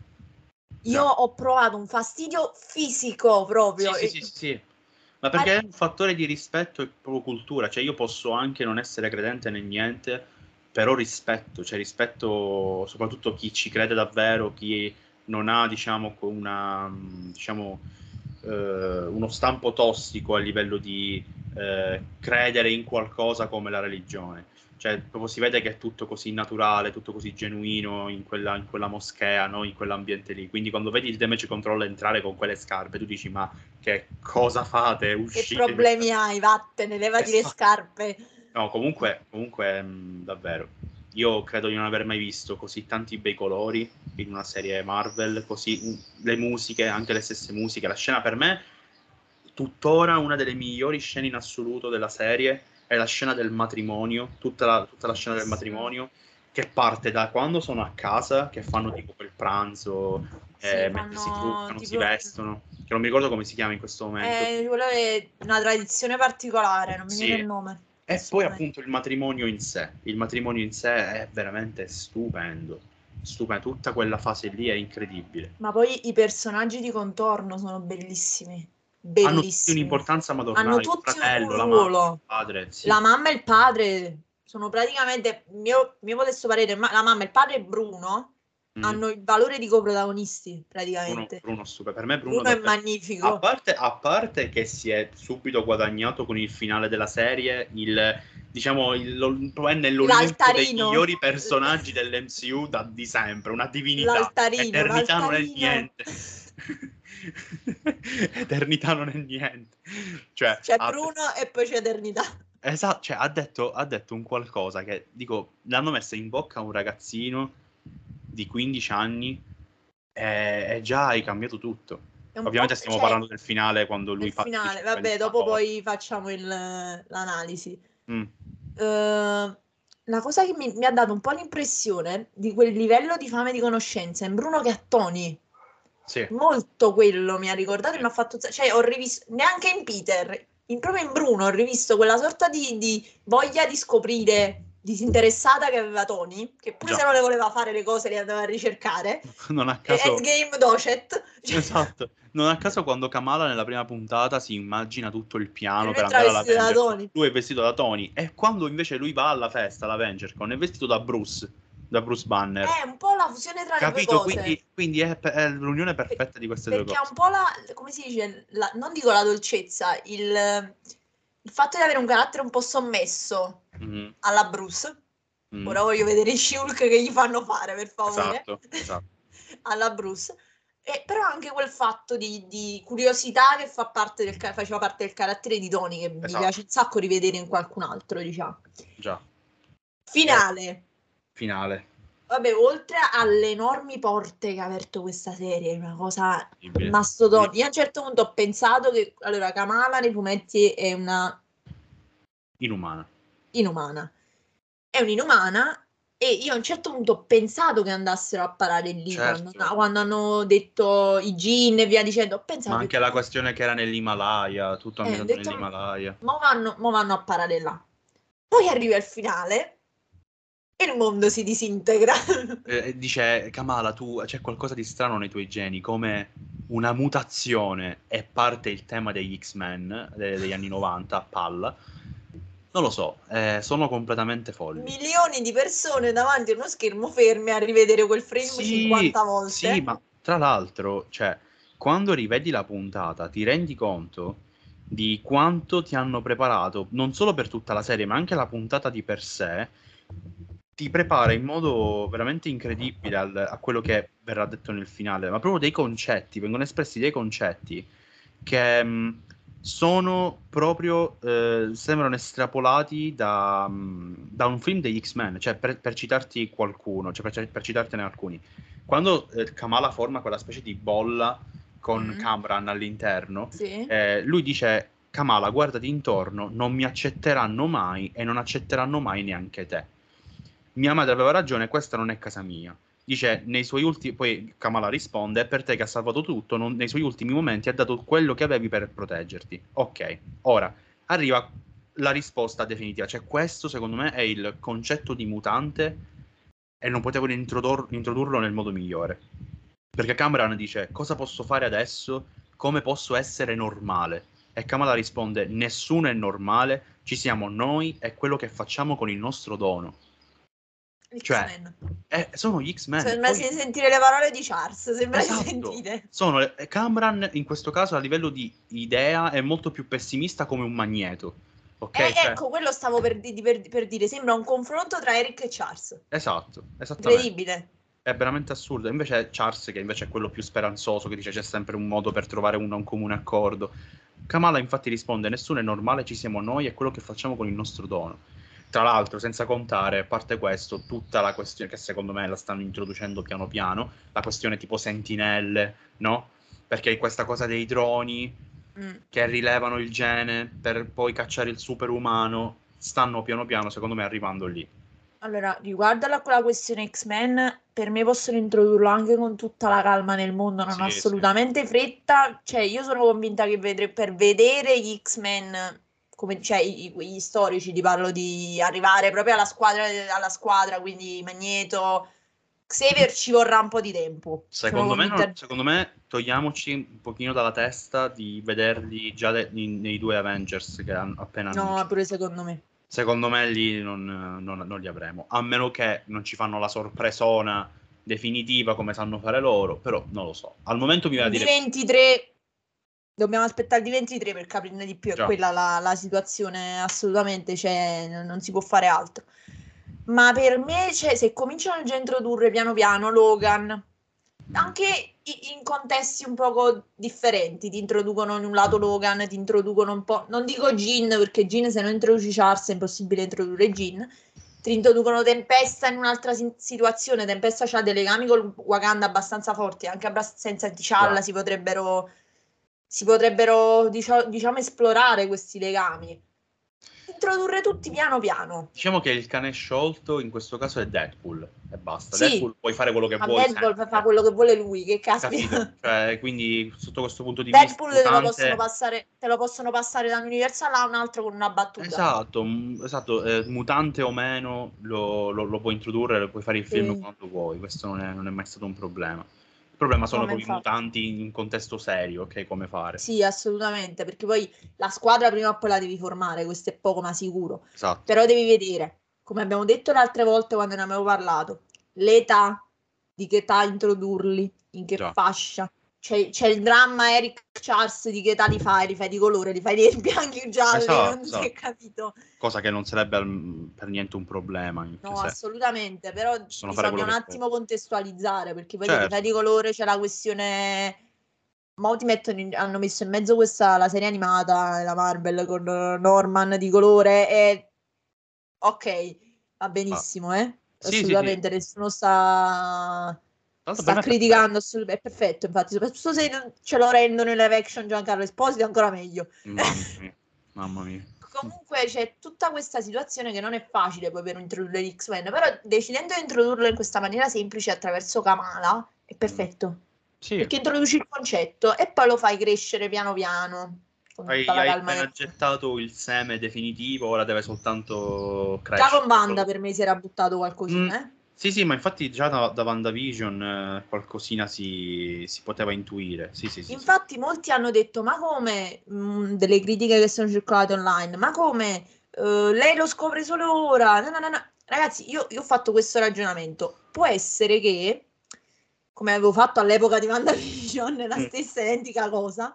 io Già. ho provato un fastidio fisico Sì, proprio. sì, E- sì, sì, sì. Ma perché pare- è un fattore di rispetto e proprio cultura, cioè io posso anche non essere credente né niente, però rispetto, cioè rispetto soprattutto chi ci crede davvero, chi non ha, diciamo, co- una, mh, diciamo, eh, uno stampo tossico a livello di eh, credere in qualcosa come la religione. Cioè, proprio si vede che è tutto così naturale, tutto così genuino in quella, in quella moschea, no? In quell'ambiente lì. Quindi quando vedi il damage control entrare con quelle scarpe, tu dici, ma che cosa fate? che Uscite di questa... problemi hai? Vattene, levati le Esatto. scarpe. No, comunque, comunque mh, davvero, io credo di non aver mai visto così tanti bei colori in una serie Marvel, così mh, le musiche, anche le stesse musiche. La scena per me, tuttora una delle migliori scene in assoluto della serie, è la scena del matrimonio, tutta la, tutta la scena del Bellissimo. matrimonio, che parte da quando sono a casa, che fanno tipo quel pranzo, Sì, eh, mentre si fanno truccano, si tipo... vestono, che non mi ricordo come si chiama in questo momento. È, quello è una tradizione particolare, non mi viene Sì, il nome in e questo poi momento. appunto il matrimonio in sé. Il matrimonio in sé è veramente stupendo. Stupendo. Tutta quella fase lì è incredibile. Ma poi i personaggi di contorno sono bellissimi, Hanno tutti bellissimi. un'importanza Hanno madornale. Il tutti un fratello, la mamma, il ruolo. padre, La sì. mamma e il padre sono praticamente, mio, mio modesto parere, ma- la mamma e il padre è Bruno. Mm. hanno il valore di coprotagonisti, Bruno, praticamente. Bruno super. Per me Bruno, Bruno è davvero- magnifico. A parte, a parte che si è subito guadagnato con il finale della serie il, diciamo, il, lo- è nell'Olimpo dei L'altarino. migliori personaggi dell'M C U da, di sempre, una divinità. L'altarino, Eternità non è l'altarino. niente. Eternità non è niente. Cioè, C'è ha- Bruno e poi c'è Eternità. Esatto, cioè, ha detto, ha detto un qualcosa che, dico, l'hanno messa in bocca a un ragazzino di quindici anni e, e già hai cambiato tutto. È un Ovviamente po', stiamo cioè, parlando del finale quando lui nel fa, dice finale, che prende vabbè, la dopo torta. poi facciamo il- l'analisi. Mm, Eh, la cosa che mi, mi ha dato un po' l'impressione di quel livello di fame di conoscenza in Bruno che a Tony. sì, Molto quello mi ha ricordato e sì. mi ha fatto, cioè ho rivisto, neanche in Peter, in, proprio in Bruno ho rivisto quella sorta di, di voglia di scoprire disinteressata che aveva Tony, che pure se Già, non le voleva fare le cose le andava a ricercare. non a E caso, Endgame Docet, cioè, esatto, non a caso quando Kamala nella prima puntata si immagina tutto il e piano lui per è andare travestito da all'Avengers, Tony. lui è vestito da Tony e quando invece lui va alla festa, all'Avengercon, è vestito da Bruce, da Bruce Banner. È un po' la fusione tra le due Capito? cose. Quindi, quindi è, è l'unione Per- perfetta di queste due perché ha cose. un po' la, come si dice, la- non dico la dolcezza, il, il fatto di avere un carattere un po' sommesso Mhm, alla Bruce. mhm. Ora voglio vedere i Shulk che gli fanno fare, per favore, Esatto, esatto. alla Bruce. E però anche quel fatto di, di curiosità che fa parte del, ca- faceva parte del carattere di Tony, che mi Esatto, piace un sacco rivedere in qualcun altro, diciamo. già. Eh, Finale. finale. Vabbè, oltre alle enormi porte che ha aperto questa serie, è una cosa Incredibile. mastodontica. Io a un certo punto ho pensato che, allora, Kamala nei fumetti è una Inumana. inumana. È un'inumana e io a un certo punto ho pensato che andassero a parare lì quando, Certo. quando hanno detto i gin e via dicendo. Ho pensato Ma che anche la questione che era nell'Himalaya, tutto eh, ho ambientato detto, nell'Himalaya. mo vanno, mo vanno a parare là. Poi arriva il finale e il mondo si disintegra. Eh, dice, Kamala, tu c'è qualcosa di strano nei tuoi geni, come una mutazione, e parte il tema degli X-Men de- degli anni novanta a palla. Non lo so, eh, sono completamente folli. Milioni di persone davanti a uno schermo ferme a rivedere quel frame Sì, cinquanta sì, volte. ma tra l'altro, cioè, quando rivedi la puntata, ti rendi conto di quanto ti hanno preparato, non solo per tutta la serie, ma anche la puntata di per sé, ti prepara in modo veramente incredibile al- a quello che verrà detto nel finale, ma proprio dei concetti, vengono espressi dei concetti che mh, sono proprio, eh, sembrano estrapolati da, mh, da un film degli X-Men, cioè per, per citarti qualcuno, cioè per, per citartene alcuni. Quando eh, Kamala forma quella specie di bolla con Mm, Kamran all'interno, sì. eh, lui dice: Kamala, guardati intorno, non mi accetteranno mai e non accetteranno mai neanche te. Mia madre aveva ragione, questa non è casa mia. Dice, nei suoi ultimi, poi Kamala risponde, è per te che ha salvato tutto, non- nei suoi ultimi momenti ha dato quello che avevi per proteggerti. Ok, ora arriva la risposta definitiva, cioè questo secondo me è il concetto di mutante e non potevano introdor- introdurlo nel modo migliore. Perché Cameron dice, cosa posso fare adesso? Come posso essere normale? E Kamala risponde, nessuno è normale, ci siamo noi e quello che facciamo con il nostro dono. Cioè, X-Men. eh, sono gli X-Men. Sembra Poi, di sentire le parole di Charles, sembra di esatto, sentire. sono, eh, Cameron in questo caso a livello di idea è molto più pessimista come un magneto. Ok? E Cioè, ecco, quello stavo per, di- per- per dire, sembra un confronto tra Eric e Charles. esatto, esattamente. Incredibile. È veramente assurdo. Invece Charles, che invece è quello più speranzoso, che dice c'è sempre un modo per trovare un, un comune accordo. Kamala infatti risponde, nessuno è normale, ci siamo noi e quello che facciamo con il nostro dono. Tra l'altro, senza contare, a parte questo, tutta la questione che secondo me la stanno introducendo piano piano, la questione tipo sentinelle, no? Perché questa cosa dei droni Mm. che rilevano il gene per poi cacciare il superumano, stanno piano piano, secondo me, arrivando lì. Allora, riguardo alla quella questione X-Men, per me possono introdurlo anche con tutta la calma nel mondo, non ho Sì, sì. assolutamente fretta. Cioè, io sono convinta che vedre- per vedere gli X-Men, come, cioè, i- gli storici, ti parlo di arrivare proprio alla squadra, alla squadra, quindi Magneto, Xavier ci vorrà un po' di tempo. Sono Secondo me, non- convinta. secondo me togliamoci un pochino dalla testa di vederli già de- in- nei due Avengers che hanno appena No, annunciato. pure secondo me. Secondo me lì non, non- non li avremo, a meno che non ci fanno la sorpresona definitiva come sanno fare loro, però non lo so. Al momento mi va a Di dire... ventitré, dobbiamo aspettare di ventitré per capirne di più, è Già. quella la, la situazione, assolutamente, cioè, non, non si può fare altro. Ma per me, cioè, se cominciano già a introdurre piano piano Logan, anche i- in contesti un poco differenti, ti introducono in un lato Logan, ti introducono un po', non dico Jean, perché Jean se non introduci Charles è impossibile introdurre Jean, ti introducono Tempesta in un'altra si- situazione. Tempesta ha dei legami con Wakanda abbastanza forti, anche abbastanza di T'Challa si potrebbero, si potrebbero dicio- diciamo esplorare questi legami, introdurre tutti piano piano. Diciamo che il cane sciolto in questo caso è Deadpool e basta. Sì, Deadpool puoi fare quello che ma vuoi Deadpool fa sempre. quello che vuole lui, che caspita. Capito? Cioè, quindi sotto questo punto di vista, Deadpool te lo possono mutante... passare, te lo possono passare da un universal a un altro con una battuta. Esatto, m- esatto, eh, mutante o meno lo, lo- lo puoi introdurre, lo puoi fare il film Sì. quando vuoi, questo non è, non è mai stato un problema. Il problema No, sono ma proprio i infatti. mutanti in un contesto serio, ok? Come fare. Sì, assolutamente, perché poi la squadra prima o poi la devi formare, questo è poco ma sicuro. Esatto. Però devi vedere, come abbiamo detto le altre volte quando ne avevo parlato, l'età, di che età introdurli, in che Già. fascia. C'è, c'è il dramma Eric Charles, di che età li fai? Li fai di colore, li fai neri, bianchi o gialli, Esatto, non si è esatto. capito. Cosa che non sarebbe al- per niente un problema, in che No, senso. assolutamente, però Possono fare bisogna quello un che attimo vogliono. contestualizzare, perché poi se li fai Certo. di colore c'è la questione. Mo' ti mettono in- hanno messo in mezzo questa la serie animata, la Marvel con eh, Norman di colore e ok, va Ah. benissimo, eh? Sì, sì, sì. Assolutamente, nessuno sta Tanto per sta me è perfetto. criticando, assolut- è perfetto, infatti, soprattutto se non ce lo rendono in live action Giancarlo Esposito, ancora meglio. Mamma mia, mamma mia. Comunque c'è tutta questa situazione che non è facile poi per introdurre gli X-Men, però decidendo di introdurlo in questa maniera semplice attraverso Kamala è Mm. perfetto, Sì, perché introduci il concetto e poi lo fai crescere piano piano, con tutta hai, la hai calma appena del... gettato il seme definitivo, ora deve soltanto Già con crescere. Wanda per me si era buttato Mm, qualcosina, eh? sì, sì, ma infatti già da, da WandaVision eh, qualcosina si, si poteva intuire. Sì, sì, sì, sì. Infatti molti hanno detto, ma come, mh, delle critiche che sono circolate online, ma come, eh, lei lo scopre solo ora? No, no, no, no. Ragazzi, io, io ho fatto questo ragionamento. Può essere che, come avevo fatto all'epoca di WandaVision, la Mm, stessa identica cosa,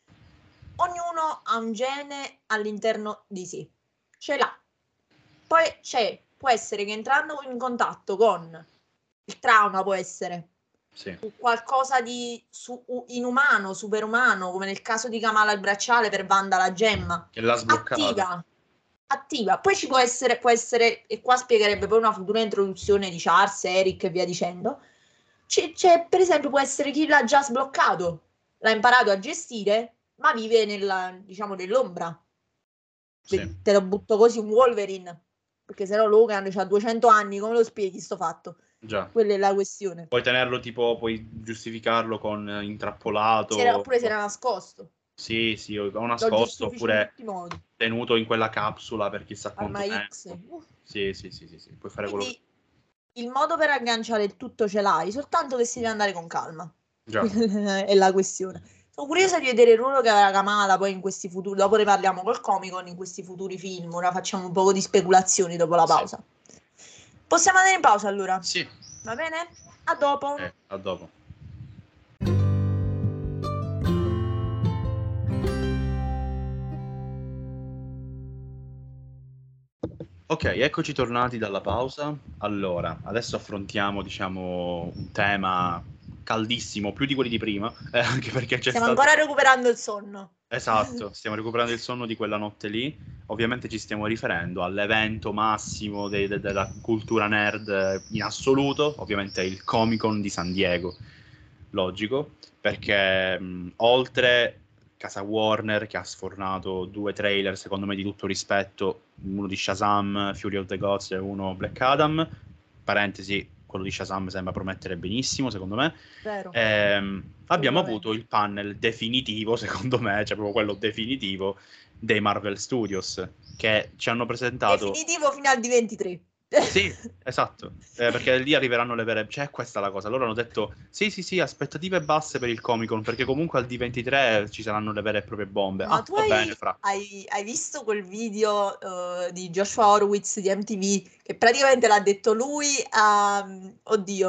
ognuno ha un gene all'interno di sé. Ce l'ha. Poi c'è, può essere che entrando in contatto con il trauma, può essere sì, qualcosa di su, inumano, superumano, come nel caso di Kamala il bracciale per Wanda la gemma, che l'ha sbloccato. attiva, attiva. Poi ci può essere, può essere, e qua spiegherebbe poi una futura introduzione di Charles, Eric e via dicendo, c'è, c'è, per esempio può essere chi l'ha già sbloccato, l'ha imparato a gestire, ma vive nella, diciamo, nell'ombra. Sì, Te lo butto così, un Wolverine, perché se no Logan ha duecento anni, come lo spieghi sto fatto? già. Quella è la questione. Puoi tenerlo tipo, puoi giustificarlo con eh, Si era- intrappolato. oppure si era nascosto. Sì, sì, o o Lo nascosto, giustifici in oppure tutti i modi. tenuto in quella capsula per chissà quanto Arma X. tempo. Uh. Sì, sì, sì, sì, sì, puoi fare quello che... Quindi il modo per agganciare il tutto ce l'hai, soltanto che si deve andare con calma. Già, Quella è la questione. Sono già. curiosa di vedere il ruolo che avrà Kamala poi in questi futuri. Dopo ne parliamo col Comic Con in questi futuri film. Ora facciamo un po' di speculazioni dopo la Sì, pausa. Possiamo andare in pausa allora? sì. Va bene? A dopo. Eh, a dopo. Ok, eccoci tornati dalla pausa. Allora, adesso affrontiamo, diciamo, un tema caldissimo, più di quelli di prima, eh, anche perché c'è Stiamo stato... ancora recuperando il sonno. Esatto, stiamo recuperando il sonno di quella notte lì. Ovviamente ci stiamo riferendo all'evento massimo de- de- della cultura nerd in assoluto, ovviamente il Comic Con di San Diego. Logico, perché mh, oltre casa Warner che ha sfornato due trailer secondo me di tutto rispetto, uno di Shazam, Fury of the Gods e uno Black Adam, parentesi, quello di Shazam sembra promettere benissimo secondo me. Vero. Ehm, abbiamo Assolutamente. avuto il panel definitivo, secondo me, cioè proprio quello definitivo dei Marvel Studios, che ci hanno presentato... Definitivo fino al D ventitré. Sì, esatto, eh, perché lì arriveranno le vere... Cioè, questa è la cosa. Loro hanno detto, sì, sì, sì, aspettative basse per il Comic-Con, perché comunque al D ventitré ci saranno le vere e proprie bombe. Ma Ah, tu va bene, hai, fra. hai- hai visto quel video eh, di Joshua Horowitz di M T V che praticamente l'ha detto lui a... Oddio,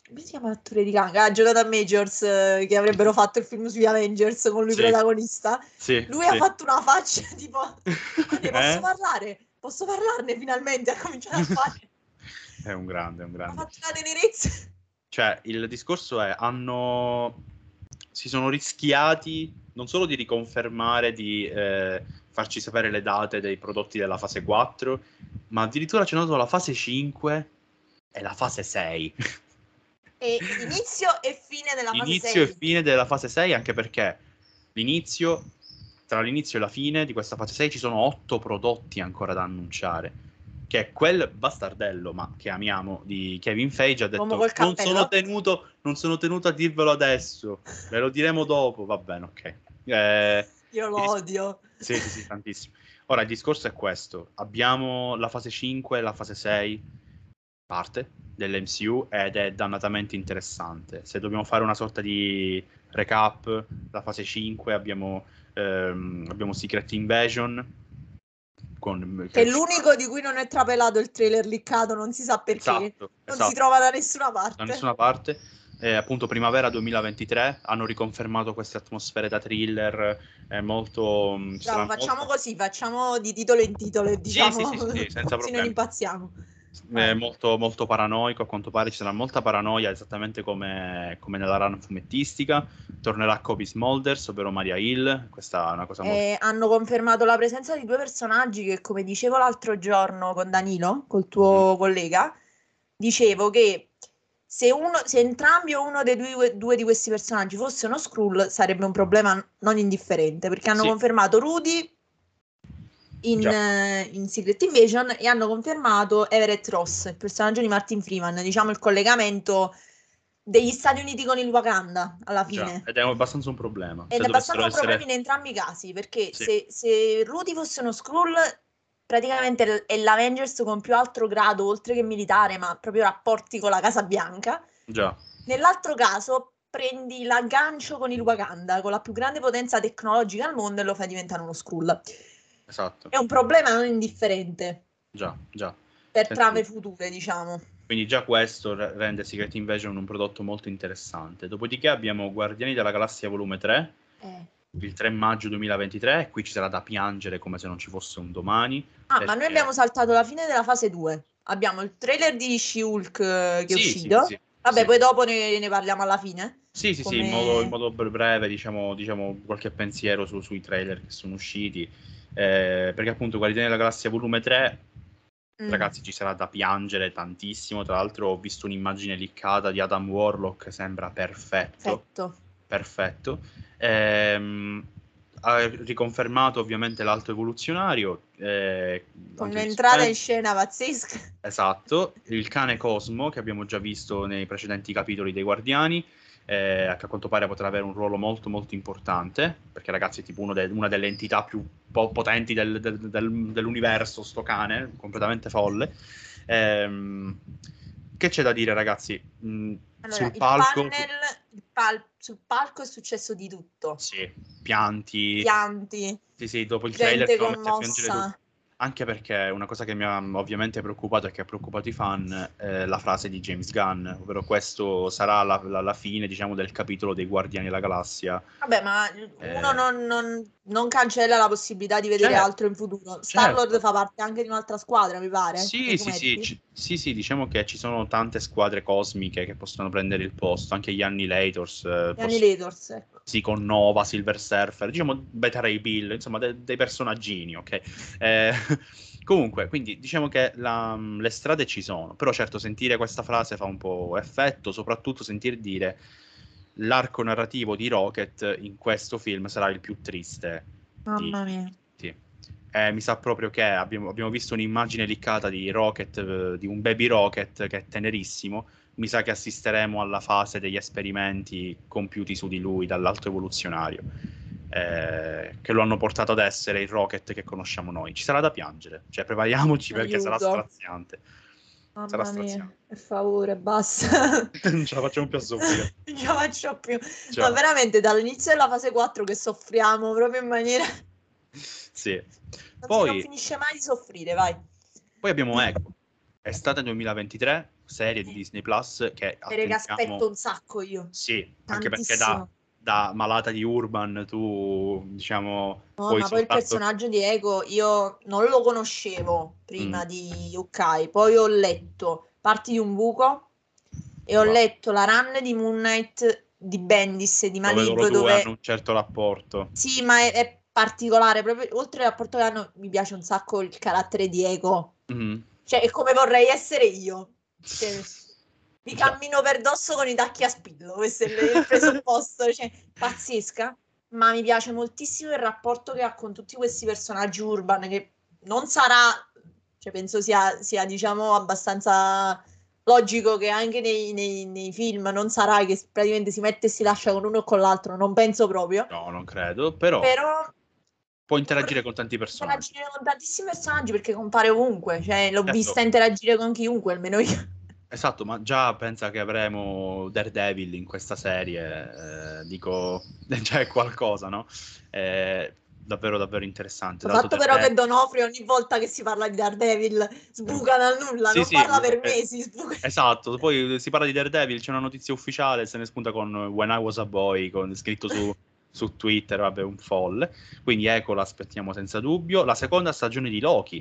come si chiama l'attore di Kang? Ah, Jonathan Majors, eh, che avrebbero fatto il film sugli Avengers con lui Sì, protagonista. sì, Lui sì. ha fatto una faccia tipo, ma ne posso Eh? parlare? Posso parlarne finalmente? Ha cominciato a fare. È un grande, è un Ha grande. fatto una tenerezza. Cioè, il discorso è, hanno, si sono rischiati non solo di riconfermare, di eh, farci sapere le date dei prodotti della fase quattro, ma addirittura ci hanno dato la fase cinque e la fase sei. E inizio e fine della fase L'inizio e sei. fine della fase sei, anche perché l'inizio, tra l'inizio e la fine di questa fase sei ci sono otto prodotti ancora da annunciare. Che è quel bastardello, ma che amiamo, di Kevin Feige, ha Uomo detto col non sono cappello. tenuto, non sono tenuto a dirvelo adesso, ve lo diremo dopo, va bene, ok. Eh, Io lo il dis- odio. Sì, sì, sì, tantissimo. Ora, il discorso è questo, abbiamo la fase cinque e la fase sei, parte dell'M C U, ed è dannatamente interessante. Se dobbiamo fare una sorta di recap, la fase cinque abbiamo, ehm, abbiamo Secret Invasion, con, che Che è è uscito. l'unico di cui non è trapelato il trailer liccato, non si sa perché. Esatto, Non si esatto, trova da nessuna da parte. nessuna parte. Eh, appunto, primavera duemilaventitré hanno riconfermato queste atmosfere da thriller, eh, molto. mh, Ci Bravo, saranno facciamo molto. così, facciamo di titolo in titolo e Sì, sì, diciamo sì, sì, sì, senza così non problemi. impazziamo. Eh, Vai. molto, molto paranoico, a quanto pare ci sarà molta paranoia, esattamente come, come nella run fumettistica. Tornerà Cobie Smulders, ovvero Maria Hill, questa è una cosa molto. Eh, hanno confermato la presenza di due personaggi che, come dicevo l'altro giorno con Danilo, col Mhm. tuo collega, dicevo che se, uno, se entrambi o uno dei due, due di questi personaggi fosse uno Skrull sarebbe un problema non indifferente, perché hanno Sì, confermato Rudy in, già, eh, in Secret Invasion e hanno confermato Everett Ross, il personaggio di Martin Freeman, diciamo il collegamento degli Stati Uniti con il Wakanda alla già, fine. ed è abbastanza un problema. Ed Se è dovessero abbastanza un problema in essere. entrambi i casi, perché Sì, se, se Rudy fosse uno Skrull, praticamente è l'Avengers con più alto grado, oltre che militare, ma proprio rapporti con la Casa Bianca. già, Nell'altro caso prendi l'aggancio con il Wakanda, con la più grande potenza tecnologica al mondo e lo fai diventare uno Skrull. esatto, È un problema non indifferente già, già, per senza trame dubbio. future, diciamo. Quindi già questo re- rende Secret Invasion un prodotto molto interessante. Dopodiché abbiamo Guardiani della Galassia volume tre, Eh. il tre maggio duemilaventitré, e qui ci sarà da piangere come se non ci fosse un domani, Ah, ma noi abbiamo perché. saltato la fine della fase due. Abbiamo il trailer di She-Hulk eh, che è Sì, sì, sì, uscito. sì, Vabbè, sì. poi dopo ne, ne parliamo alla fine. Sì, sì, sì, in modo, in Come. modo bre- breve, diciamo, diciamo qualche pensiero su- sui trailer che sono usciti. Eh, perché appunto Guardiani della Galassia volume tre, Mm, ragazzi, ci sarà da piangere tantissimo. Tra l'altro ho visto un'immagine liccata di Adam Warlock, sembra perfetto, perfetto. perfetto. Ehm, ha riconfermato ovviamente l'alto evoluzionario, eh, Con anche di un'entrata in Superman. scena pazzesca. Esatto, il cane Cosmo che abbiamo già visto nei precedenti capitoli dei Guardiani, eh, che a quanto pare potrà avere un ruolo molto molto importante, perché ragazzi è tipo uno de- una delle entità più po- potenti del- del- del- dell'universo, sto cane, completamente folle. Ehm, che c'è da dire ragazzi? Mm, Allora, sul il palco, panel, il pal- sul palco è successo di tutto. sì, pianti, Pianti, sì sì, dopo il trailer gente siamo messi a piangere tutti. commossa. Anche perché una cosa che mi ha ovviamente preoccupato e che ha preoccupato i fan è la frase di James Gunn, ovvero questo sarà la, la- la fine, diciamo, del capitolo dei Guardiani della Galassia. Vabbè, ma uno Eh, non, non- non cancella la possibilità di vedere certo, altro in futuro. Star-Lord certo. fa parte anche di un'altra squadra, mi pare, nei Sì, sì, sì, fumetti. ci- sì, sì, diciamo che ci sono tante squadre cosmiche che possono prendere il posto, anche gli Annihilators, eh, Gli possono. Annihilators, ecco. Sì, con Nova, Silver Surfer, diciamo Beta Ray Bill, insomma, de- dei personaggini, ok? Eh, comunque, quindi diciamo che la- le strade ci sono, però certo sentire questa frase fa un po' effetto, soprattutto sentir dire l'arco narrativo di Rocket in questo film sarà il più triste di Mamma mia. tutti. Eh, mi sa proprio che abbiamo, abbiamo visto un'immagine liccata di Rocket, eh, di un baby Rocket che è tenerissimo. Mi sa che assisteremo alla fase degli esperimenti compiuti su di lui dall'alto evoluzionario, eh, che lo hanno portato ad essere il Rocket che conosciamo noi. Ci sarà da piangere, cioè prepariamoci perché sarà Aiuto. straziante. Sarà Mamma mia, straziante. per favore, basta. Non ce la facciamo più a soffrire. Non ce la faccio più. Ma Ciao. veramente dall'inizio della fase quattro che soffriamo proprio in maniera. Sì. Non, si, non Poi, finisce mai di soffrire, vai. poi abbiamo Echo. Estate duemilaventitré, serie di Disney Plus che Serie che attendiamo. aspetto un sacco io. Sì, anche perché Tantissimo. da, da malata di Urban tu, diciamo, No, puoi ma poi il soltanto... personaggio di Ego io non lo conoscevo prima Mm, di Yokai, poi ho letto Parti di un buco e ho wow. letto la run di Moon Knight di Bendis e di Dove loro Maliv, due hanno dove un certo rapporto. sì, ma è, è particolare, proprio oltre al rapporto che hanno, mi piace un sacco il carattere di Ego, Mm. cioè è come vorrei essere io. Cioè, mi Già. cammino per dosso con i tacchi a spillo, questo è il, il presupposto, cioè, pazzesca, ma mi piace moltissimo il rapporto che ha con tutti questi personaggi urban, che non sarà, cioè penso sia, sia diciamo abbastanza logico che anche nei, nei- nei film non sarà che praticamente si mette e si lascia con uno o con l'altro, non penso proprio, No, non credo, però però può interagire vorrei con tanti personaggi. interagire con tantissimi personaggi perché compare ovunque, cioè l'ho Certo, vista interagire con chiunque, almeno io. esatto, ma già pensa che avremo Daredevil in questa serie, eh, dico, già è qualcosa, no? È davvero, davvero interessante. Il Tra l'altro fatto però che Daredevil... Donofrio ogni volta che si parla di Daredevil sbuca dal nulla, Sì, non sì, parla per eh, mesi, sbuca. esatto, poi si parla di Daredevil, c'è una notizia ufficiale, se ne spunta con When I Was a Boy, con, scritto su, su Twitter, vabbè, un folle. Quindi ecco, l'aspettiamo senza dubbio. La seconda stagione di Loki,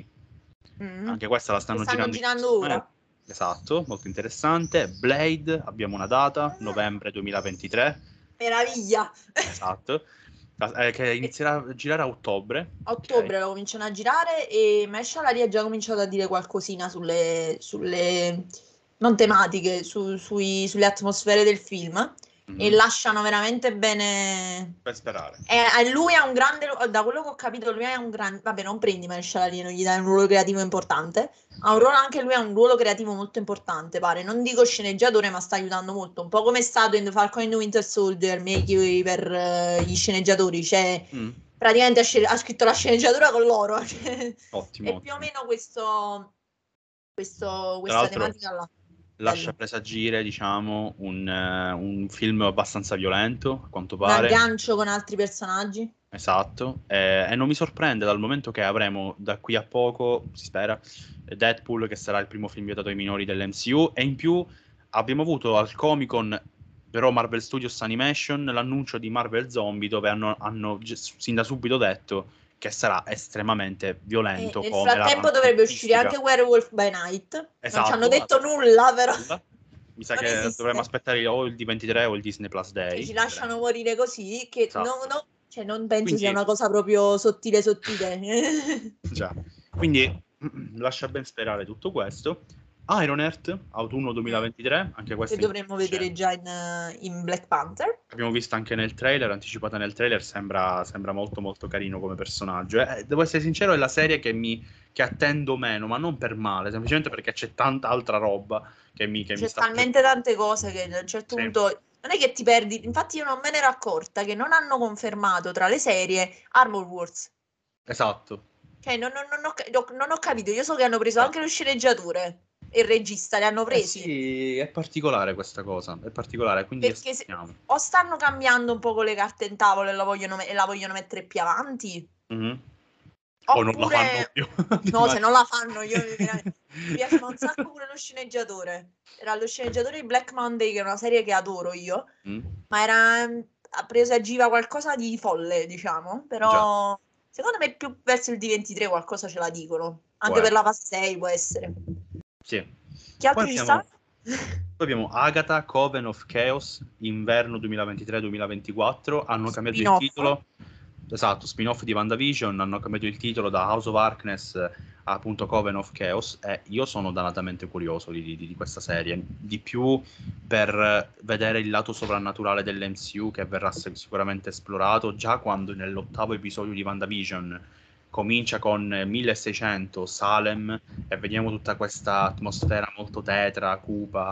Mm. anche questa la Che stanno stanno girando in girando questo momento. ora. Esatto, molto interessante. Blade, abbiamo una data, novembre duemilaventitré. Meraviglia. Esatto. La- eh, che E- inizierà a girare a ottobre. A Ok. ottobre lo cominciano a girare e Meshalari ha già cominciato a dire qualcosina sulle, sulle non tematiche, su- sui- sulle atmosfere del film e Mhm. lasciano veramente bene. Per sperare. E, e lui ha un grande, da quello che ho capito, lui è un grande, vabbè, non prendi Meshalari, non gli dai un ruolo creativo importante, ha un Certo. ruolo anche lui, ha un ruolo creativo molto importante, pare, non dico sceneggiatore, ma sta aiutando molto, un po' come è stato in The Falcon and the Winter Soldier, Mickey per eh, gli sceneggiatori, cioè Mm. praticamente ha, sce- ha scritto la sceneggiatura con loro. Cioè, Ottimo, è più o ottimo. meno questo, questo- Tra questa l'altro tematica là. lascia Bello. presagire, diciamo, un, eh, un film abbastanza violento, a quanto Un pare. aggancio con altri personaggi. Esatto, eh, e non mi sorprende dal momento che avremo da qui a poco, si spera, Deadpool che sarà il primo film vietato ai minori dell'M C U e in più abbiamo avuto al Comic Con, però Marvel Studios Animation, l'annuncio di Marvel Zombie dove hanno, hanno gi- sin da subito detto che sarà estremamente E violento nel come la frattempo dovrebbe uscire anche rancistica. Werewolf by Night. Non ci hanno Esatto, detto nulla, però nulla. Mi sa non che dovremmo esiste. aspettare o il D ventitré o il Disney Plus Cioè, Day. ci lasciano Vedremo. morire così, che no, Esatto. no, cioè, non penso sia Quindi una cosa proprio sottile sottile. già. Quindi lascia ben sperare tutto questo. Ironheart, autunno Mm. duemilaventitré, anche Che questa in dovremmo vedere scena. già in, eh, in Black Panther. Abbiamo visto anche nel trailer, anticipata nel trailer, sembra, sembra molto molto carino come personaggio. Eh, devo essere sincero, è la serie che, mi, che attendo meno, ma non per male, semplicemente perché c'è tanta altra roba che mi, che mi C'è sta talmente piacendo. tante cose che a un certo Sì, punto non è che ti perdi. Infatti, io non me ne ero accorta che non hanno confermato tra le serie Armor Wars. esatto. Cioè, non, non- non ho, ca- no, non ho capito. Io so che hanno preso anche Esatto. lo sceneggiatore e il regista, li hanno Eh presi. sì, è particolare questa cosa, è particolare, quindi Perché se- aspettiamo. o stanno cambiando un po' con le carte in tavola e la vogliono, me- e la vogliono mettere più avanti, Mhm. O non la fanno oppure più. ti no, se non immagini? la fanno, io mi, veramente- mi piaceva un sacco pure lo sceneggiatore. Era lo sceneggiatore di Black Monday, che è una serie che adoro io, Mm? ma era ha preso a gira qualcosa di folle, diciamo, Già, però secondo me più verso il D ventitré qualcosa ce la dicono. può Anche per la essere. fase sei può essere. Sì. Che Poi altro ci sta? abbiamo, poi abbiamo Agatha, Coven of Chaos, inverno duemilaventitré duemilaventiquattro. Hanno cambiato il Spin-off? titolo, esatto, spin-off di WandaVision. Hanno cambiato il titolo da House of Harkness a appunto Coven of Chaos. E io sono dannatamente curioso di, di- di questa serie. Di più per vedere il lato sovrannaturale dell'M C U che verrà se- sicuramente esplorato già quando nell'ottavo episodio di WandaVision comincia con milleseicento Salem e vediamo tutta questa atmosfera molto tetra, cupa,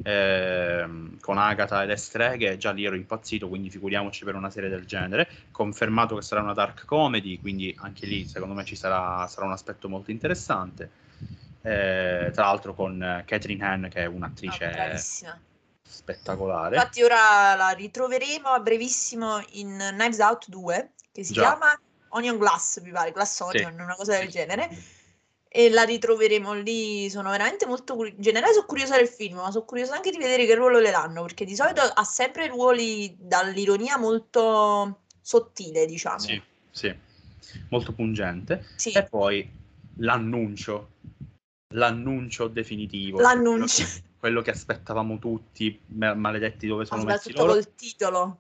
ehm, con Agatha e le streghe. Già lì ero impazzito, quindi figuriamoci per una serie del genere. Confermato che sarà una dark comedy, quindi anche lì secondo me ci sarà, sarà un aspetto molto interessante. Eh, tra l'altro con eh, Catherine Hahn, che è Ah, un'attrice bravissima. spettacolare. Infatti ora la ritroveremo a brevissimo in Knives Out due, che si Già, chiama Onion Glass, mi pare, Glass sì, Onion, una cosa sì, del sì. genere. e la ritroveremo lì. Sono veramente molto curiosa. In generale sono curiosa del film, ma sono curiosa anche di vedere che ruolo le danno, perché di solito ha sempre ruoli dall'ironia molto sottile, diciamo. Sì, sì, molto pungente. Sì. E poi l'annuncio, l'annuncio definitivo, L'annuncio. Quello, quello che aspettavamo tutti, maledetti dove sono Aspetta, messi tutto loro. Col titolo.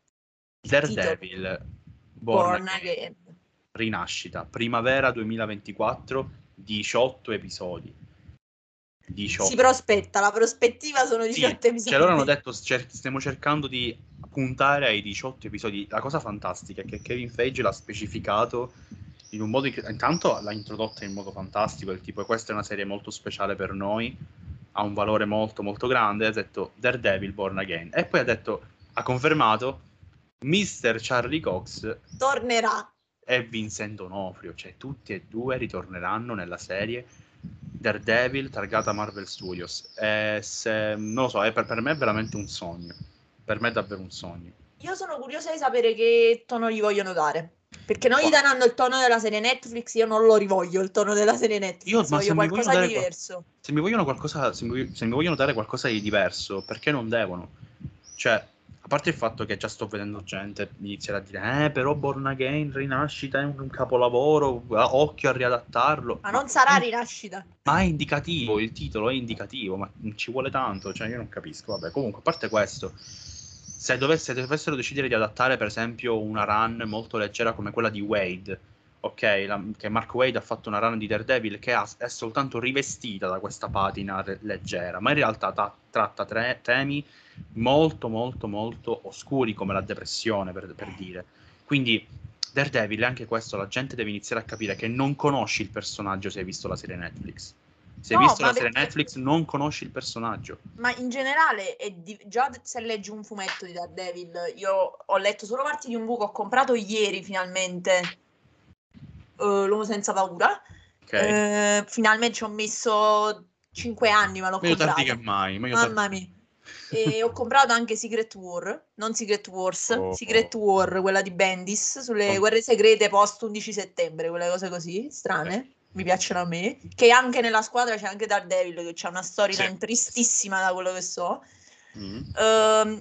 Daredevil, Born, Born Born Again. Again. Rinascita, primavera duemilaventiquattro, diciotto episodi. diciotto. Si prospetta, la prospettiva sono diciotto sì, episodi. Cioè loro hanno detto cer- stiamo cercando di puntare ai diciotto episodi. La cosa fantastica è che Kevin Feige l'ha specificato in un modo che intanto l'ha introdotta in modo fantastico, il tipo questa è una serie molto speciale per noi, ha un valore molto molto grande, ha detto Daredevil Born Again e poi ha detto, ha confermato mister Charlie Cox tornerà e Vincent D'Onofrio, cioè tutti e due ritorneranno nella serie Daredevil targata Marvel Studios. E se, non lo so, è per, per me è veramente un sogno. Per me è davvero un sogno. Io sono curiosa di sapere che tono gli vogliono dare. Perché non gli danno il tono della serie Netflix, io non lo rivoglio il tono della serie Netflix, Io, ma voglio qualcosa di diverso. Se mi vogliono qualcosa, se mi, se mi vogliono dare qualcosa di diverso, perché non devono? Cioè, a parte il fatto che già sto vedendo gente iniziare a dire eh, però Born Again, Rinascita è un capolavoro, occhio a riadattarlo. Ma, ma non sarà è, Rinascita. Ma è indicativo, il titolo è indicativo, ma ci vuole tanto, cioè io non capisco. Vabbè, comunque, a parte questo, se, dovesse, se dovessero decidere di adattare per esempio una run molto leggera come quella di Wade, ok, la, che Mark Wade ha fatto una run di Daredevil che ha, è soltanto rivestita da questa patina re, leggera, ma in realtà ta, tratta tre temi molto molto molto oscuri come la depressione, per, per dire. Quindi Daredevil, anche questo, la gente deve iniziare a capire che non conosci il personaggio se hai visto la serie Netflix. Se hai No, visto ma la serie perché... Netflix non conosci il personaggio. Ma in generale, è di... già se leggi un fumetto di Daredevil, io ho letto solo parti di un buco, ho comprato ieri finalmente uh, L'uomo senza paura. Ok. Uh, finalmente ci ho messo cinque anni, ma l'ho Meglio tardi comprato. che mai. Meglio Mamma tardi... mia. E ho comprato anche Secret War, non Secret Wars, Oh, Secret oh. War, quella di Bendis, sulle Non... guerre segrete post undici settembre, quelle cose così, strane, mi piacciono a me, che anche nella squadra c'è anche Daredevil, che c'ha una storyline Sì. tristissima da quello che so. Mm. Um,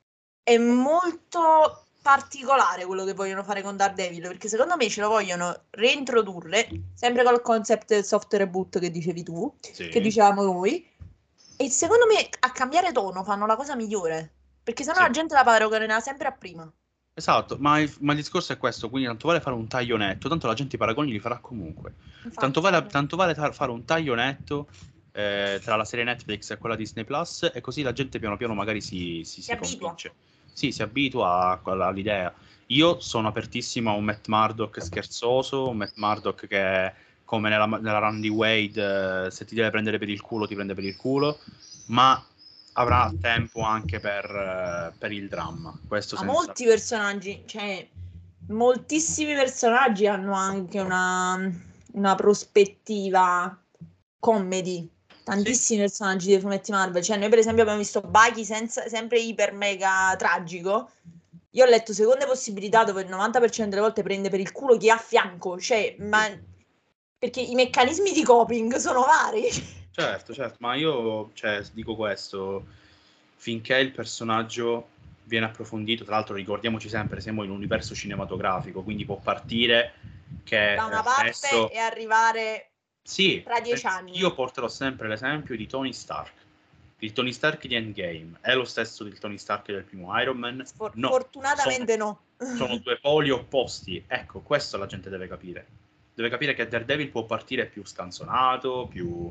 è molto particolare quello che vogliono fare con Daredevil, perché secondo me ce lo vogliono reintrodurre, sempre col concept del soft reboot che dicevi tu, Sì. che dicevamo noi, e secondo me a cambiare tono fanno la cosa migliore, perché sennò Sì. la gente la paragonerà sempre a prima. Esatto, ma il, ma il discorso è questo, quindi tanto vale fare un taglio netto, tanto la gente i paragoni li farà comunque. Infatti, Tanto vale, tanto vale tar- fare un taglio netto eh, tra la serie Netflix e quella Disney Plus e così la gente piano piano magari si, si, si, si abitua. convince. Sì, si abitua a- a- all'idea. Io sono apertissimo a un Matt Murdock scherzoso, un Matt Murdock che come nella, nella run di Wade eh, se ti deve prendere per il culo ti prende per il culo, ma avrà tempo anche per, eh, per il dramma. Questo Ma senza... molti personaggi, cioè moltissimi personaggi hanno anche una, una prospettiva comedy. Sì. Tantissimi personaggi dei fumetti Marvel. Cioè, noi per esempio abbiamo visto Bucky senza, sempre iper mega tragico. Io ho letto seconde possibilità dove il novanta per cento delle volte prende per il culo chi ha a fianco. Cioè, ma perché i meccanismi di coping sono vari. Certo, certo, ma io cioè, dico questo, finché il personaggio viene approfondito, tra l'altro ricordiamoci sempre, siamo in un universo cinematografico, quindi può partire che Da eh, una parte adesso... e arrivare Sì, tra dieci eh, anni. io porterò sempre l'esempio di Tony Stark. Il Tony Stark di Endgame è lo stesso del Tony Stark del primo Iron Man? Sfor- No, fortunatamente sono, no. sono due poli opposti. Ecco, questo la gente deve capire. Deve capire che Daredevil può partire più scanzonato, più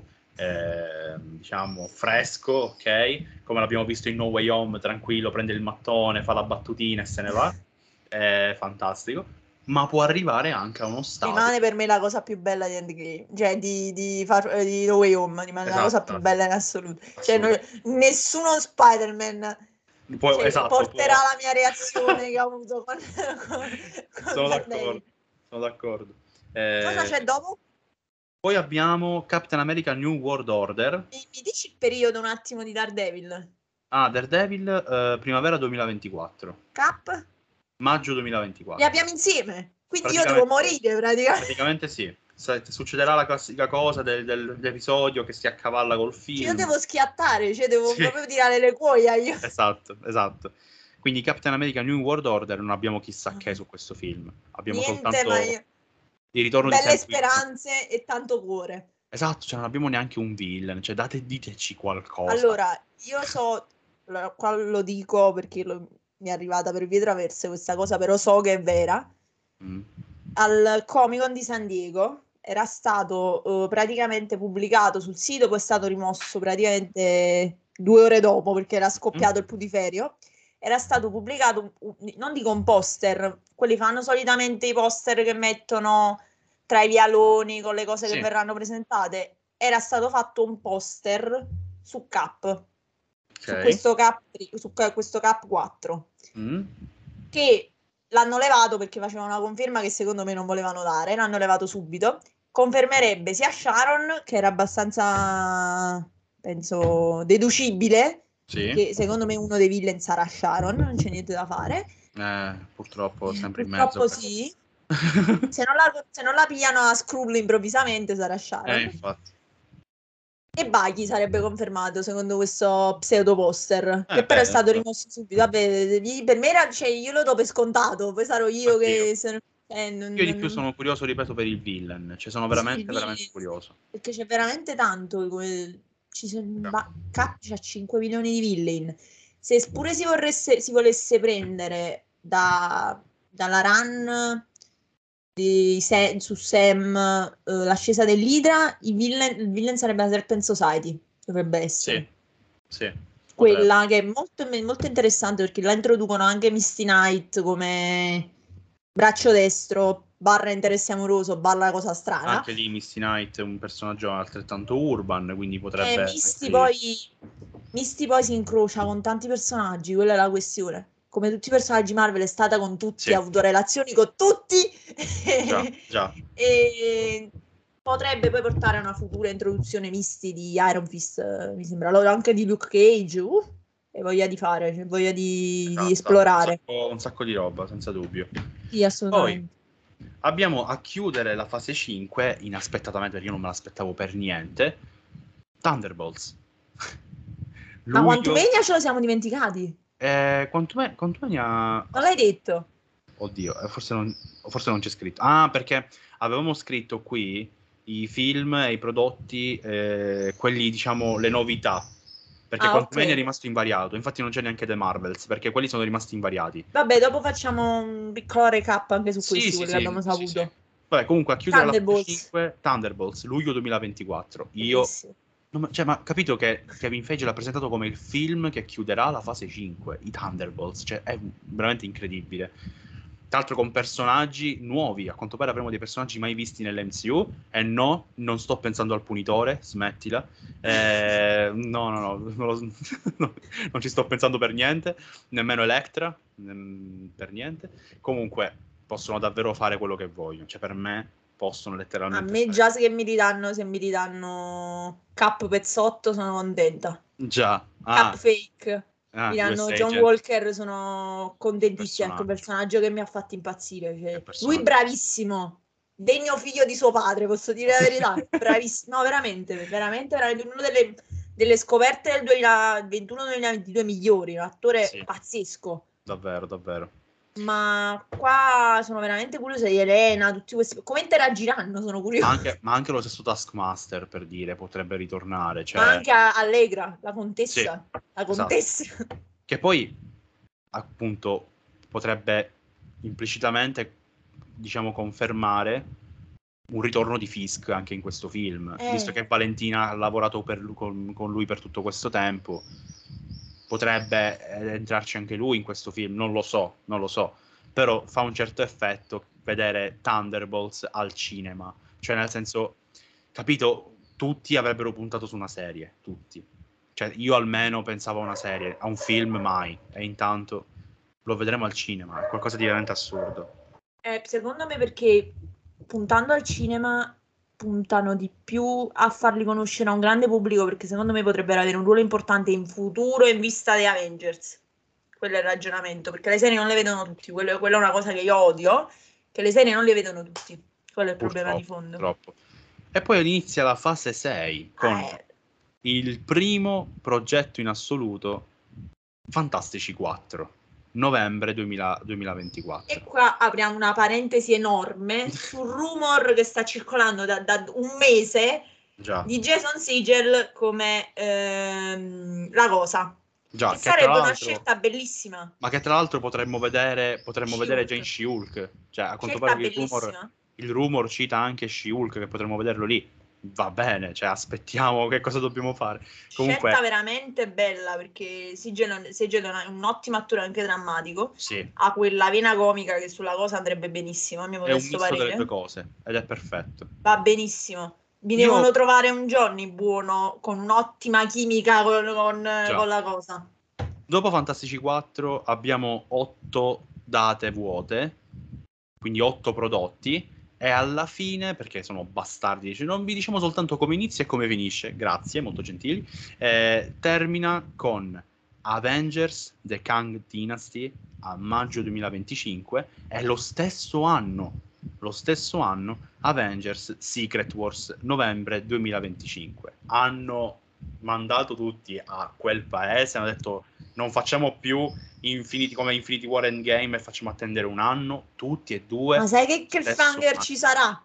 eh, diciamo fresco, ok? Come l'abbiamo visto in No Way Home, tranquillo, prende il mattone, fa la battutina e se ne va. È fantastico. Ma può arrivare anche a uno stato. Rimane per me la cosa più bella di Endgame, cioè di, di, Far, eh, di No Way Home, rimane la cosa più Esatto. bella in assoluto. Cioè, non- Assolutamente. nessuno Spider-Man Può, cioè, esatto, porterà può. la mia reazione che ho avuto con, con, con Sono Daredevil. d'accordo, sono d'accordo. Cosa Eh, c'è dopo? poi abbiamo Captain America New World Order. Mi, mi dici il periodo un attimo di Daredevil? Ah, Daredevil, eh, primavera duemilaventiquattro. Cap? Maggio Li duemilaventiquattro. abbiamo insieme, quindi io devo Praticamente, morire praticamente. praticamente sì. succederà la classica cosa del, del, dell'episodio che si accavalla col film. Cioè, io devo schiattare, cioè devo sì. proprio tirare le cuoia io. Esatto, esatto. Quindi Captain America New World Order non abbiamo chissà che su questo film. Abbiamo Niente, soltanto ma io... il ritorno belle di Sam speranze Wilson. E tanto cuore. Esatto, cioè non abbiamo neanche un villain, cioè date, diteci qualcosa. Allora, io so, allora, qua lo dico perché lo, mi è arrivata per vie traverse questa cosa, però so che è vera. Mm. Al Comic Con di San Diego era stato uh, praticamente pubblicato sul sito, poi è stato rimosso praticamente due ore dopo perché era scoppiato mm. il putiferio. Era stato pubblicato, non dico un poster, quelli fanno solitamente i poster che mettono tra i vialoni con le cose sì. che verranno presentate. Era stato fatto un poster su Cap, okay. su questo Cap, su questo Cap quattro, mm. che l'hanno levato perché facevano una conferma che secondo me non volevano dare, l'hanno levato subito. Confermerebbe sia Sharon, che era abbastanza, penso, deducibile, sì. che secondo me uno dei villain sarà Sharon, non c'è niente da fare. Eh, purtroppo sempre purtroppo in mezzo. sì. se, non la, se non la pigliano a Skrull improvvisamente sarà Sharon. Eh, infatti. E Bucky sarebbe confermato secondo questo pseudo poster, eh, che però beh, è stato no. rimosso subito. Vabbè, per me era, cioè, io lo do per scontato, poi sarò io Anch'io. che... Se, eh, non, io di più sono curioso, ripeto, per il villain, cioè sono veramente, sì, veramente villain, curioso. Perché c'è veramente tanto, come, ci sono, no. ma, Cap c'ha cinque milioni di villain. Se pure si, vorresse, si volesse prendere da, dalla run... Di Sam, su Sam, uh, l'ascesa dell'Hydra, il villain, il villain sarebbe la Serpent Society, dovrebbe essere. Sì, sì. Quella che è molto, molto interessante perché la introducono anche Misty Knight come braccio destro, barra interesse amoroso, barra cosa strana. Anche lì Misty Knight è un personaggio altrettanto urban, quindi potrebbe... E Misty poi, Misty poi si incrocia con tanti personaggi, quella è la questione. Come tutti i personaggi Marvel è stata con tutti, sì. ha avuto relazioni con tutti. Già, già. E potrebbe poi portare a una futura introduzione Misty di Iron Fist, mi sembra, allora anche di Luke Cage, uh, e voglia di fare, cioè voglia di, esatto, di esplorare. Un sacco, un sacco di roba, senza dubbio. Sì, assolutamente. Poi abbiamo a chiudere la fase cinque, inaspettatamente, perché io non me l'aspettavo per niente, Thunderbolts. Ma Quantumania ce lo siamo dimenticati? Eh, Quantumania, Quantumania... Non l'hai detto? Oddio, forse non, forse non c'è scritto. Ah, perché avevamo scritto qui i film e i prodotti, eh, quelli, diciamo, le novità. Perché ah, Quantumania okay. è rimasto invariato. Infatti non c'è neanche The Marvels, perché quelli sono rimasti invariati. Vabbè, dopo facciamo un piccolo recap anche su sì, questi, sì, quelli sì, che abbiamo sì, saputo. Sì, sì. Vabbè, comunque a chiudere la fase cinque, Thunderbolts, luglio duemilaventiquattro. Io... Bellissimo. No, cioè, ma capito che Kevin Feige l'ha presentato come il film che chiuderà la fase cinque, i Thunderbolts, cioè è veramente incredibile. Tra l'altro con personaggi nuovi, a quanto pare avremo dei personaggi mai visti nell'M C U, e no, non sto pensando al Punitore, smettila, eh, no, no, no, non, lo, no, non ci sto pensando per niente, nemmeno Electra, nemm, per niente, comunque possono davvero fare quello che vogliono, cioè per me... possono letteralmente a me già se mi ridanno se mi ridanno Cap pezzotto sono contenta, già ah. Cap fake ah, mi danno John Agent. Walker, sono contentissima, ecco, personaggio che mi ha fatto impazzire, cioè, lui bravissimo, degno figlio di suo padre, posso dire la verità. Bravissimo, no, veramente veramente veramente una delle, delle scoperte del duemilaventuno duemilaventidue migliori, un attore sì. pazzesco, davvero davvero. Ma qua sono veramente curiosa di Elena, tutti questi... come interagiranno, sono curiosa. Ma anche, ma anche lo stesso Taskmaster, per dire, potrebbe ritornare. Cioè... Ma anche Allegra, la contessa. Sì, la contessa. Esatto. Che poi, appunto, potrebbe implicitamente, diciamo, confermare un ritorno di Fisk anche in questo film. Eh. Visto che Valentina ha lavorato per lui, con, con lui per tutto questo tempo. Potrebbe entrarci anche lui in questo film, non lo so, non lo so, però fa un certo effetto vedere Thunderbolts al cinema, cioè nel senso, capito, tutti avrebbero puntato su una serie, tutti, cioè io almeno pensavo a una serie, a un film mai, e intanto lo vedremo al cinema, è qualcosa di veramente assurdo. Eh, secondo me perché puntando al cinema puntano di più a farli conoscere a un grande pubblico, perché secondo me potrebbero avere un ruolo importante in futuro in vista dei Avengers. Quello è il ragionamento, perché le serie non le vedono tutti, quello, quella è una cosa che io odio, che le serie non le vedono tutti. Quello è il problema purtroppo, di fondo. purtroppo. E poi inizia la fase sei con Eh, il primo progetto in assoluto, Fantastici quattro, novembre duemila duemilaventiquattro. e qua apriamo una parentesi enorme sul rumor che sta circolando da, da un mese Già, di Jason Segel come ehm, la cosa. già, Che che tra sarebbe una l'altro, scelta bellissima. ma che tra l'altro potremmo vedere, potremmo vedere già in She-Hulk. She-Hulk. Cioè, a quanto Scelta pare il rumor, bellissima. il rumor cita anche She-Hulk, che potremmo vederlo lì. Va bene, cioè, aspettiamo che cosa dobbiamo fare. Scelta Comunque, veramente bella perché Segel Segel è un ottimo attore anche drammatico. sì, Ha quella vena comica che sulla cosa andrebbe benissimo, a mio è un modesto misto delle due parere. cose ed è perfetto. Va benissimo. Mi Io, devono trovare un Johnny buono, con un'ottima chimica con, con- già, con la cosa. dopo Fantastici quattro abbiamo otto date vuote, quindi otto prodotti, e alla fine, perché sono bastardi, dice, non vi diciamo soltanto come inizia e come finisce, grazie, molto gentili, eh, termina con Avengers The Kang Dynasty a maggio duemilaventicinque, e lo stesso anno, lo stesso anno, Avengers Secret Wars novembre duemilaventicinque. Hanno mandato tutti a quel paese, hanno detto non facciamo più Infinity, come Infinity War Endgame e facciamo attendere un anno, tutti e due. Ma sai che Stesso cliffhanger anno. ci sarà?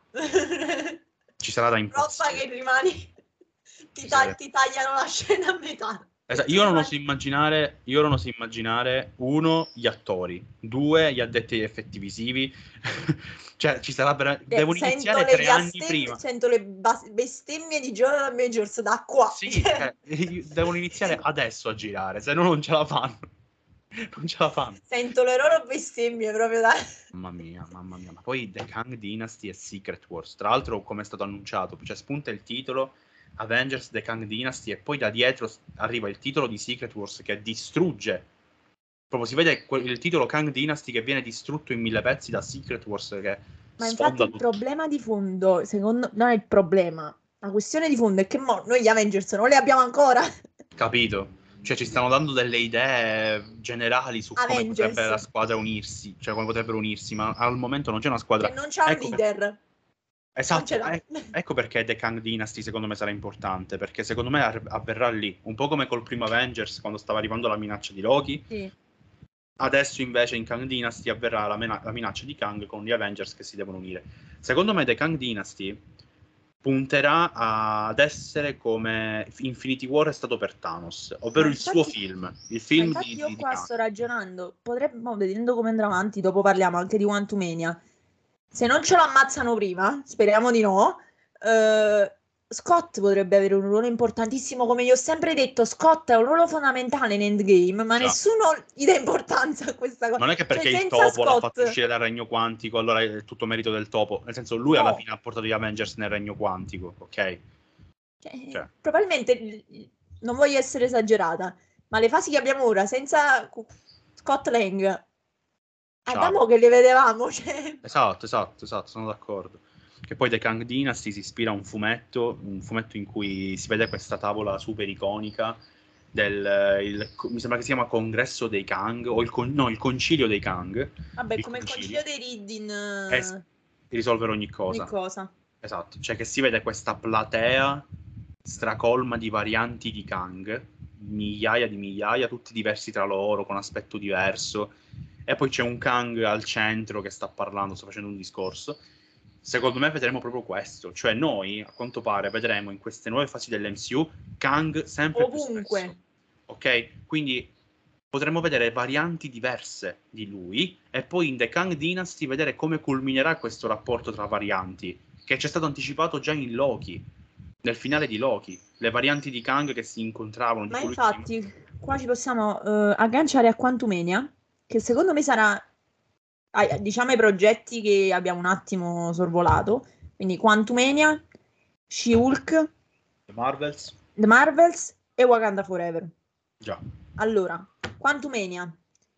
Ci sarà da Roba impazzire. che rimani, ti, Ci ta- sarà- ti tagliano la scena a metà. E Esatto, tu io non rimani... oso immaginare, io non oso immaginare, uno, gli attori, due, gli addetti agli effetti visivi. Cioè, ci sarà vera- Eh, devono sento iniziare le tre anni bestemmie, prima. sento le bas- bestemmie di Jonathan Majors da qua. Sì, cioè, devono iniziare adesso a girare, se no non ce la fanno. Non ce la fanno. Sento le loro bestemmie proprio da... Mamma mia, mamma mia. Ma poi The Kang Dynasty e Secret Wars. Tra l'altro, come è stato annunciato, cioè spunta il titolo Avengers The Kang Dynasty e poi da dietro s- arriva il titolo di Secret Wars che distrugge. Proprio si vede que- il titolo Kang Dynasty che viene distrutto in mille pezzi da Secret Wars che Ma infatti sfonda il tutto. problema di fondo, secondo non è il problema, la questione di fondo è che mo noi gli Avengers non li abbiamo ancora. Capito? Cioè ci stanno dando delle idee generali su come potrebbe Avengers, la squadra unirsi, cioè come potrebbero unirsi, ma al momento non c'è una che squadra. non c'ha un Ecco perché. leader, non ce Esatto, l'ha. e- ecco perché The Kang Dynasty secondo me sarà importante, perché secondo me ar- avverrà lì, un po' come col primo Avengers quando stava arrivando la minaccia di Loki, Sì. adesso invece in Kang Dynasty avverrà la, mena- la minaccia di Kang con gli Avengers che si devono unire. Secondo me The Kang Dynasty punterà a- ad essere come Infinity War è stato per Thanos, ovvero Ma il suo infatti, film, il ma film infatti di, io di, di qua Kang. sto ragionando, potremmo, vedendo come andrà avanti, dopo parliamo anche di Quantumania. Se non ce lo ammazzano prima, speriamo di no, eh, Scott potrebbe avere un ruolo importantissimo, come gli ho sempre detto, Scott ha un ruolo fondamentale in Endgame, ma Già. nessuno gli dà importanza a questa cosa. Non è che Cioè, perché il senza topo l'ha fatto Scott, uscire dal regno quantico, allora è tutto merito del topo. Nel senso, lui alla no. fine ha portato gli Avengers nel regno quantico, ok? Cioè, Cioè, probabilmente, non voglio essere esagerata, ma le fasi che abbiamo ora, senza Scott Lang, ciao. Adamo che le vedevamo, cioè... Esatto, esatto, esatto, sono d'accordo. Che poi The Kang Dynasty si ispira a un fumetto, un fumetto in cui si vede questa tavola super iconica del, il- mi sembra che si chiama Congresso dei Kang, o il, con- no, il Concilio dei Kang, Vabbè, il come il concilio, concilio dei Reed in e eh, risolvere ogni ogni cosa. cosa. Esatto, cioè che si vede questa platea stracolma di varianti di Kang, migliaia di migliaia, tutti diversi tra loro, con aspetto diverso. E poi c'è un Kang al centro che sta parlando, sta facendo un discorso. Secondo me vedremo proprio questo, cioè noi, a quanto pare, vedremo in queste nuove fasi dell'M C U Kang sempre più Ovunque. spesso. Ok? Quindi potremmo vedere varianti diverse di lui e poi in The Kang Dynasty vedere come culminerà questo rapporto tra varianti, che c'è stato anticipato già in Loki, nel finale di Loki, le varianti di Kang che si incontravano, di Ma colui che si... infatti, qua ci possiamo eh, agganciare a Quantumania, che secondo me sarà, ai- diciamo, i progetti che abbiamo un attimo sorvolato. Quindi Quantumania, She-Hulk, The Marvels? The Marvels e Wakanda Forever. Già. Allora, Quantumania.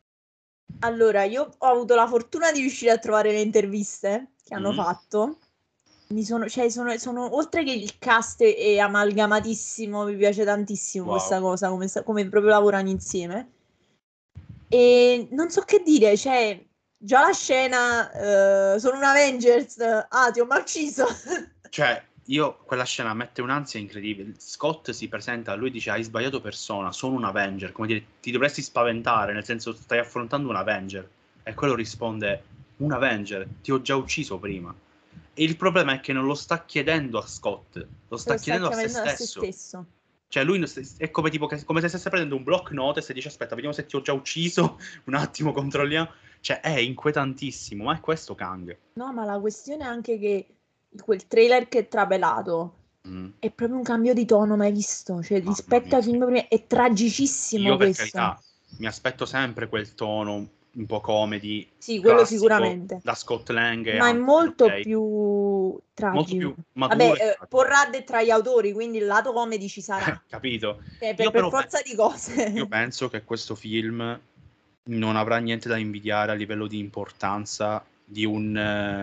Allora, io ho avuto la fortuna di riuscire a trovare le interviste che hanno Mm. fatto. Mi sono, cioè, sono, sono- oltre che il cast è amalgamatissimo, mi piace tantissimo Wow. questa cosa, come, sta- come proprio lavorano insieme. E non so che dire, cioè, già la scena, uh, sono un Avengers, ah ti ho mal ucciso. Cioè, io, quella scena mette un'ansia incredibile. Scott si presenta, lui dice hai sbagliato persona, sono un Avenger, come dire, ti dovresti spaventare, nel senso stai affrontando un Avenger. E quello risponde, un Avenger, ti ho già ucciso prima. E il problema è che non lo sta chiedendo a Scott, lo sta Lo sta chiedendo a se chiamando a se stesso. stesso. Cioè lui è come, tipo, che, come se stesse prendendo un block notice e dice aspetta, vediamo se ti ho già ucciso, un attimo controlliamo. Cioè è inquietantissimo, ma è questo Kang. No, ma la questione è anche che quel trailer che è trapelato mm. è proprio un cambio di tono mai visto. Cioè Mamma rispetto mia. ai film prima è tragicissimo. Io per questo. carità mi aspetto sempre quel tono un po' comedy. Sì, quello sicuramente. Da Scott Lang. Ma è molto okay. più tragico. Molto più maturo. Vabbè, eh, Porrad è tra gli autori, quindi il lato comedy ci sarà. Capito? Cioè, per, per forza pe- di cose. Io penso che questo film non avrà niente da invidiare a livello di importanza di un,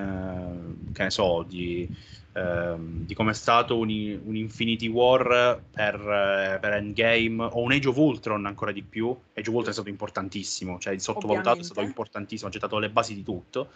eh, che ne so, di, eh, di come è stato un, un Infinity War per, eh, per Endgame o un Age of Ultron ancora di più. Age of Ultron è stato importantissimo, cioè il sottovalutato Ovviamente. È stato importantissimo, ha gettato le basi di tutto.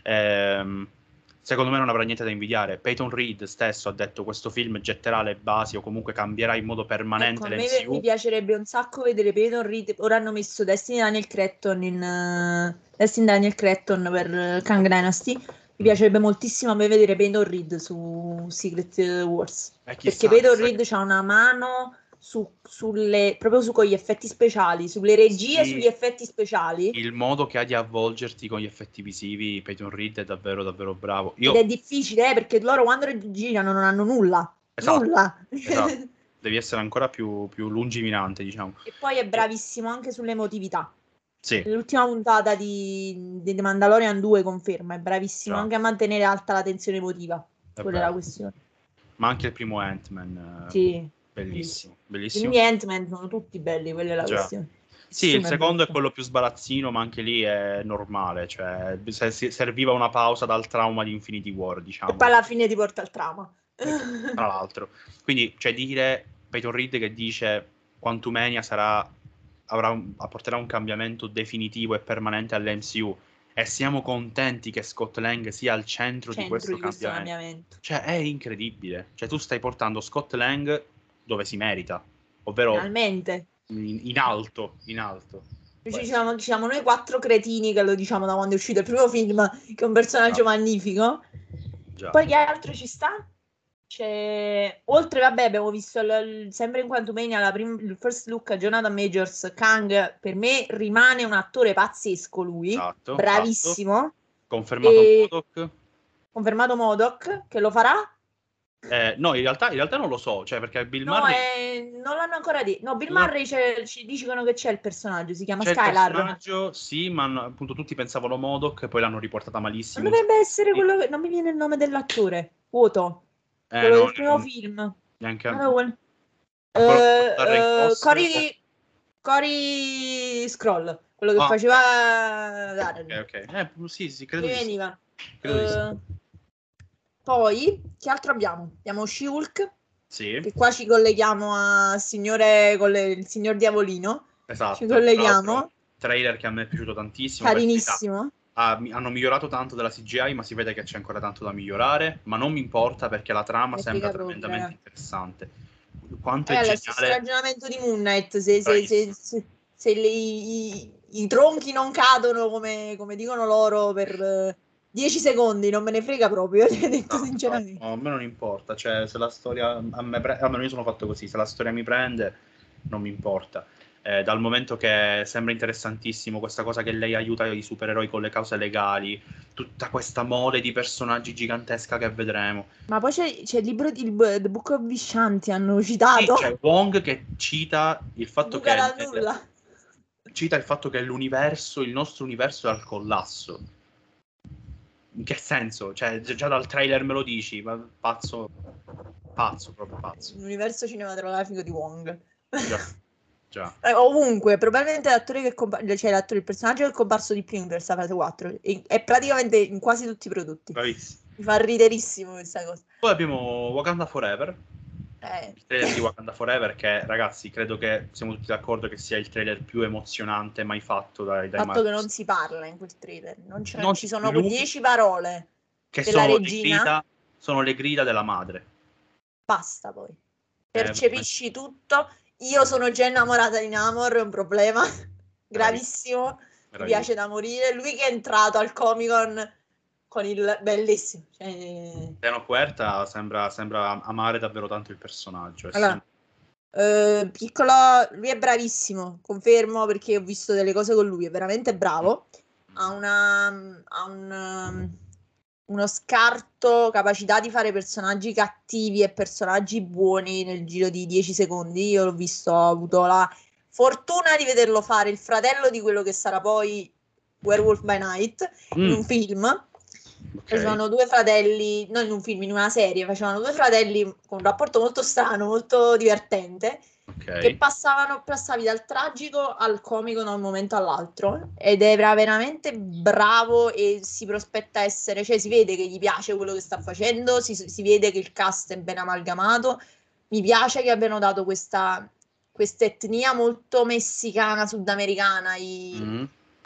Ehm, secondo me non avrà niente da invidiare. Peyton Reed stesso ha detto questo film getterà le basi o comunque cambierà in modo permanente ecco, a l'M me C U. Mi piacerebbe un sacco vedere Peyton Reed. Ora hanno messo Destiny Daniel Cretton in uh, Destiny Daniel Cretton per uh, Kang Dynasty. Mi piacerebbe moltissimo a me vedere Peyton Reed su Secret Wars, eh, perché Peyton Reed che... ha una mano su, sulle, proprio su con gli effetti speciali, sulle regie, sì, sugli effetti speciali. Il modo che ha di avvolgerti con gli effetti visivi, Peyton Reed è davvero davvero bravo. Io... Ed è difficile, eh, perché loro quando girano non hanno nulla. Esatto, nulla. Esatto. Devi essere ancora più, più lungimirante, diciamo. E poi è bravissimo anche sull'emotività. Sì. L'ultima puntata di, di The Mandalorian due conferma, è bravissimo Già. anche a mantenere alta la tensione emotiva. È quella è la questione. Ma anche il primo Ant-Man. Sì. Bellissimo, bellissimo. Quindi Ant-Man sono tutti belli, quella è la Già. questione. Sì, il secondo è quello più sbarazzino, ma anche lì è normale, cioè serviva una pausa dal trauma di Infinity War, diciamo. E poi alla fine ti porta al trauma. Tra l'altro. Quindi, cioè, dire Peyton Reed che dice Quantumania sarà, avrà un, apporterà un cambiamento definitivo e permanente all'M C U e siamo contenti che Scott Lang sia al centro, centro di questo, di questo cambiamento. cambiamento. Cioè, è incredibile. Cioè, tu stai portando Scott Lang dove si merita, ovvero finalmente in, in alto, in alto. Ci diciamo, diciamo noi quattro cretini che lo diciamo da quando è uscito il primo film, che è un personaggio Già. magnifico. Già. Poi che altro ci sta? C'è... Oltre, vabbè, abbiamo visto il, il, sempre in Quantumania la prim- il first look a Jonathan Majors. Kang per me rimane un attore pazzesco, lui, esatto, bravissimo, esatto. Confermato e... MODOK. Confermato MODOK, che lo farà? Eh, no, in realtà, in realtà non lo so, cioè perché Bill no, Murray... eh, non l'hanno ancora detto. No, Bill no. Murray ci dicono che c'è il personaggio, si chiama c'è Skylar. Il personaggio, sì, ma appunto tutti pensavano MODOK e poi l'hanno riportata malissimo. Non dovrebbe essere quello che... Non mi viene il nome dell'attore. Vuoto. Eh, quello no, del primo non... film. Neanche... Allora, quel... uh, uh, Cory... Cory Scroll. Quello che oh. faceva... Ok, ok. Eh, sì, sì, credo mi di veniva. Sì. Credo uh... di sì. Poi, che altro abbiamo? Abbiamo She-Hulk, sì. che qua ci colleghiamo a signore, con le, il signor Diavolino. Esatto. Ci colleghiamo. Trailer che a me è piaciuto tantissimo. Carinissimo. Ah, hanno migliorato tanto della C G I, ma si vede che c'è ancora tanto da migliorare. Ma non mi importa perché la trama è sembra proprio, tremendamente eh. interessante. Quanto è, è è geniale. Il ragionamento di Moon Knight, se, se, se, se, se le, i, i tronchi non cadono come, come dicono loro per... dieci secondi, non me ne frega proprio, detto no, sinceramente. No, no, a me non importa, cioè se la storia a me pre- almeno io sono fatto così, se la storia mi prende non mi importa. Eh, dal momento che sembra interessantissimo questa cosa che lei aiuta i supereroi con le cause legali, tutta questa mole di personaggi gigantesca che vedremo. Ma poi c'è, c'è il libro di The Book of Vishanti, hanno citato. Sì, c'è Wong che cita il fatto Buca che da nulla. cita il fatto che l'universo, il nostro universo è al collasso. In che senso? Cioè, già dal trailer me lo dici, ma pazzo, pazzo, proprio pazzo. L'universo cinematografico di Wong. Già, già. Eh, ovunque, probabilmente l'attore che compa- cioè l'attore, il personaggio che è comparso di più in questa fase quattro e, è praticamente in quasi tutti i prodotti. Bravissimo. Mi fa riderissimo questa cosa. Poi abbiamo Wakanda Forever. Eh. Il trailer di Wakanda Forever, che ragazzi, credo che siamo tutti d'accordo che sia il trailer più emozionante mai fatto dai, dai Il fatto che Marvel. non si parla in quel trailer, non, c'è- Non ci sono lui, dieci parole che della sono le regina, grida, sono le grida della madre. basta poi. Eh, Percepisci tutto. Io sono già innamorata di Namor, è un problema gravissimo, mi piace da morire. Lui che è entrato al Comic Con con il bellissimo. Cioè... Teno Huerta sembra, sembra amare davvero tanto il personaggio. Allora, sem- eh, piccolo, lui è bravissimo, confermo perché ho visto delle cose con lui, è veramente bravo. Ha una, ha un, um, uno scarto, capacità di fare personaggi cattivi e personaggi buoni nel giro di dieci secondi. Io l'ho visto, ho avuto la fortuna di vederlo fare il fratello di quello che sarà poi Werewolf by Night in Mm, un film. ok. Facevano due fratelli, non in un film, in una serie, facevano due fratelli con un rapporto molto strano, molto divertente, Ok. che passavano, passavi dal tragico al comico da un momento all'altro, ed era veramente bravo e si prospetta essere, cioè si vede che gli piace quello che sta facendo, si, si vede che il cast è ben amalgamato, mi piace che abbiano dato questa questa etnia molto messicana, sudamericana ai, Mm,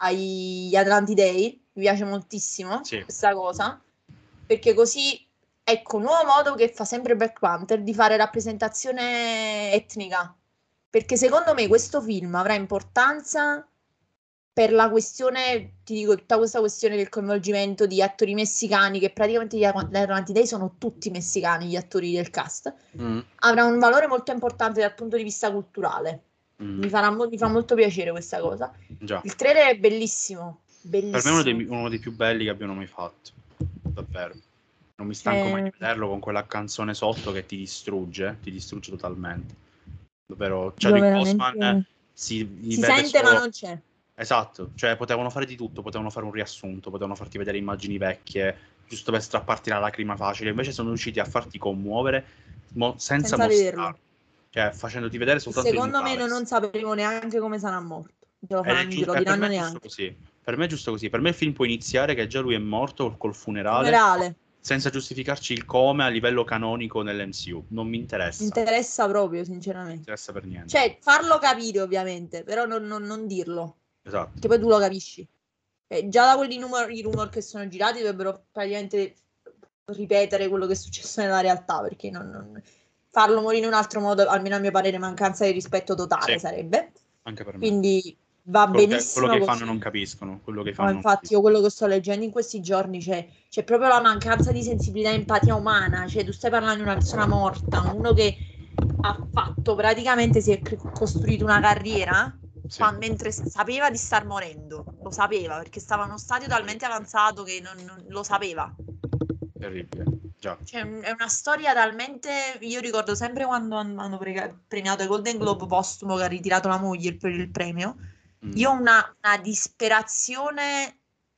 agli Atlantidei. Mi piace moltissimo sì. questa cosa, perché così, ecco, un nuovo modo che fa sempre Black Panther di fare rappresentazione etnica. Perché secondo me questo film avrà importanza per la questione, ti dico, tutta questa questione del coinvolgimento di attori messicani, che praticamente gli Atlantidei sono tutti messicani, gli attori del cast, Mm, avrà un valore molto importante dal punto di vista culturale. mm, Mi farà mo- mi fa molto piacere questa cosa. già. Il trailer è bellissimo, Per me è uno dei, bellissimo. uno dei più belli che abbiano mai fatto. Davvero. Non mi stanco mai di Cioè, vederlo con quella canzone sotto che ti distrugge, ti distrugge totalmente. Davvero, io Chadwick Boseman veramente... si gli Si vede sente ma solo. non c'è. Esatto, cioè potevano fare di tutto, potevano fare un riassunto, potevano farti vedere immagini vecchie, giusto per strapparti la lacrima facile, invece sono riusciti a farti commuovere mo- senza Senza vederlo. mostrarlo, cioè facendoti vedere E soltanto il secondo me noi murales. non sapremo neanche come sarà morto. Ce lo Ed è faranno, ce giu- lo e per me diranno è giusto neanche. così, per me è giusto così, per me il film può iniziare che già lui è morto col, col funerale, Funerale. senza giustificarci il come a livello canonico nell'M C U, non mi Mi interessa, non interessa proprio, mi sinceramente. interessa per niente. Cioè, farlo capire, ovviamente, però non, non- non dirlo. Esatto, Che poi tu lo capisci. Eh, già da quelli rumor, i rumor che sono girati dovrebbero praticamente ripetere quello che è successo nella realtà, perché non, non- farlo morire in un altro modo, almeno a mio parere, mancanza di rispetto sì, totale sarebbe. anche per me. Quindi va Quello che, quello benissimo che i fan non così. capiscono, quello che i No, fan non infatti, io capiscono. quello che sto leggendo in questi giorni c'è, c'è proprio la mancanza di sensibilità e empatia umana. Cioè, tu stai parlando di una persona morta, uno che ha fatto praticamente, si è cr- costruito una carriera Sì, qua- mentre s- sapeva di star morendo. Lo sapeva perché stava in uno stadio talmente terribile, avanzato che non, non- lo sapeva. terribile, già. Cioè, è una storia talmente. Io ricordo sempre quando han- hanno pre- premiato il Golden Globe postumo che ha ritirato la moglie per il premio. Mm, Io ho una, una disperazione,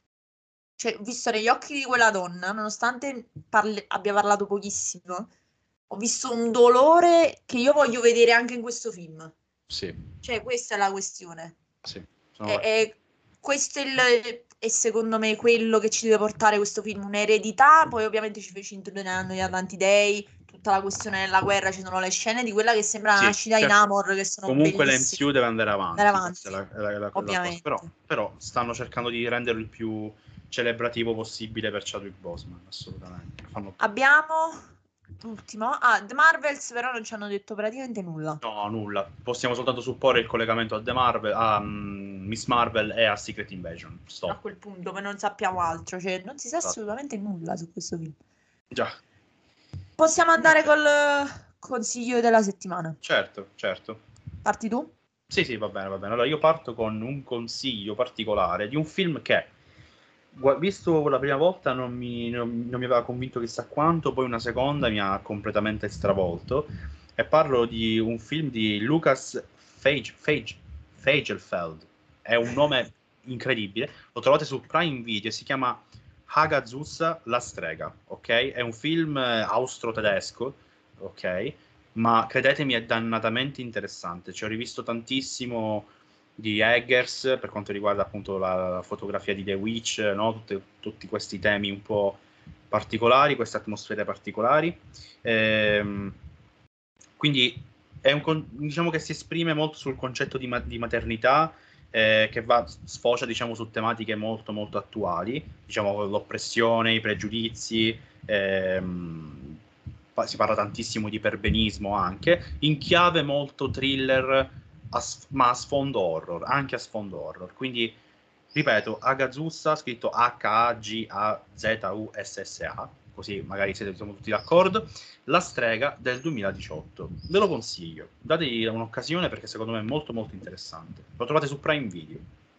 cioè, visto negli occhi di quella donna, nonostante parli- abbia parlato pochissimo, ho visto un dolore che io voglio vedere anche in questo film. sì, Cioè, questa è la questione. sì, sono E, d'accordo. e questo è, il- è secondo me quello che ci deve portare questo film, un'eredità, poi ovviamente ci, ci introduceranno gli Atlantidei, tutta la questione della guerra, ci sono le scene di quella che sembra la Sì, nascita di certo. Namor che sono Comunque bellissime. l'M C U deve andare Andare avanti, questa è avanti, la, è la- è la- la cosa. Però, ovviamente. però stanno cercando di renderlo il più celebrativo possibile per Chadwick Boseman, assolutamente. Fanno tutto. Abbiamo l'ultimo. Ah, The Marvels però non ci hanno detto praticamente nulla. No, nulla. Possiamo soltanto supporre il collegamento a The Marvel, a mm, Miss Marvel e a Secret Invasion. A Stop. quel punto, ma non sappiamo altro, cioè non si sa Esatto. assolutamente nulla su questo film. Già. Possiamo andare Niente. col eh, consiglio della settimana. Certo, certo. Parti tu? Sì, sì, va bene, va bene. Allora, io parto con un consiglio particolare di un film che, gua- visto la prima volta, non mi, non- non mi aveva convinto chissà quanto, poi una seconda mi ha completamente stravolto. E parlo di un film di Lucas Fage, Fage, Fagelfeld. È un nome incredibile. Lo trovate su Prime Video, si chiama Hagazussa, la strega, ok? È un film eh, austro-tedesco, ok? Ma credetemi è dannatamente interessante. Ci ho rivisto tantissimo di Eggers per quanto riguarda appunto la, la fotografia di The Witch, no? Tutte- tutti questi temi un po' particolari, queste atmosfere particolari. Ehm, quindi è un con- diciamo che si esprime molto sul concetto di, ma- di maternità, eh, che va, sfocia diciamo su tematiche molto molto attuali, diciamo l'oppressione, i pregiudizi, ehm, pa- si parla tantissimo di perbenismo anche, in chiave molto thriller, a s- ma a sfondo horror, anche a sfondo horror, quindi ripeto, Agazussa, scritto H A G A Z U S S A, così magari siete, siamo tutti d'accordo. La strega del duemiladiciotto. Ve lo consiglio, dategli un'occasione perché secondo me è molto molto interessante. Lo trovate su Prime Video.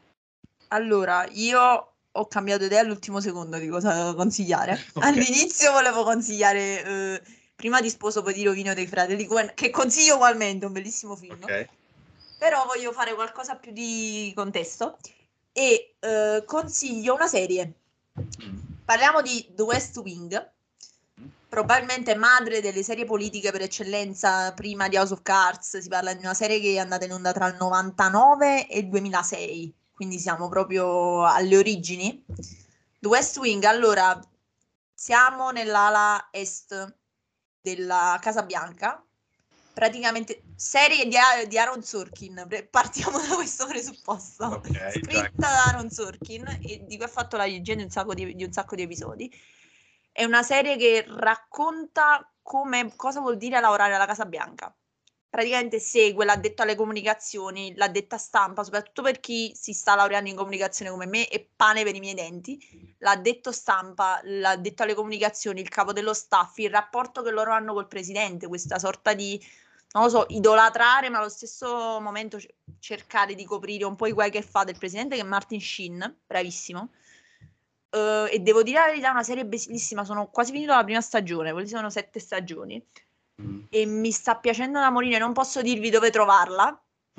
Allora, io ho cambiato idea all'ultimo secondo di cosa consigliare. Okay. All'inizio volevo consigliare eh, Prima di sposo poi di rovino dei fratelli Coen, che consiglio ugualmente, un bellissimo film. Ok. Però voglio fare qualcosa più di contesto e eh, consiglio una serie. Mm. Parliamo di The West Wing, probabilmente madre delle serie politiche per eccellenza, prima di House of Cards. Si parla di una serie che è andata in onda tra il novantanove e il duemilasei, quindi siamo proprio alle origini. The West Wing, allora, siamo nell'ala est della Casa Bianca, praticamente serie di, di Aaron Sorkin, partiamo da questo presupposto, Ok, scritta già. da Aaron Sorkin e di cui ha fatto la regia di un sacco di, di un sacco di episodi. È una serie che racconta come, cosa vuol dire lavorare alla Casa Bianca. Praticamente segue l'addetto alle comunicazioni, l'addetta stampa, soprattutto per chi si sta laureando in comunicazione come me, è pane per i miei denti. L'addetto stampa, l'addetto alle comunicazioni, il capo dello staff, il rapporto che loro hanno col presidente, questa sorta di, non lo so, idolatrare, ma allo stesso momento cercare di coprire un po' i guai che fa del presidente, che è Martin Sheen, bravissimo. Uh, e devo dire la verità, è una serie bellissima. Sono quasi finito la prima stagione, quelle sono sette stagioni. Mm. E mi sta piacendo da morire. Non posso dirvi dove trovarla,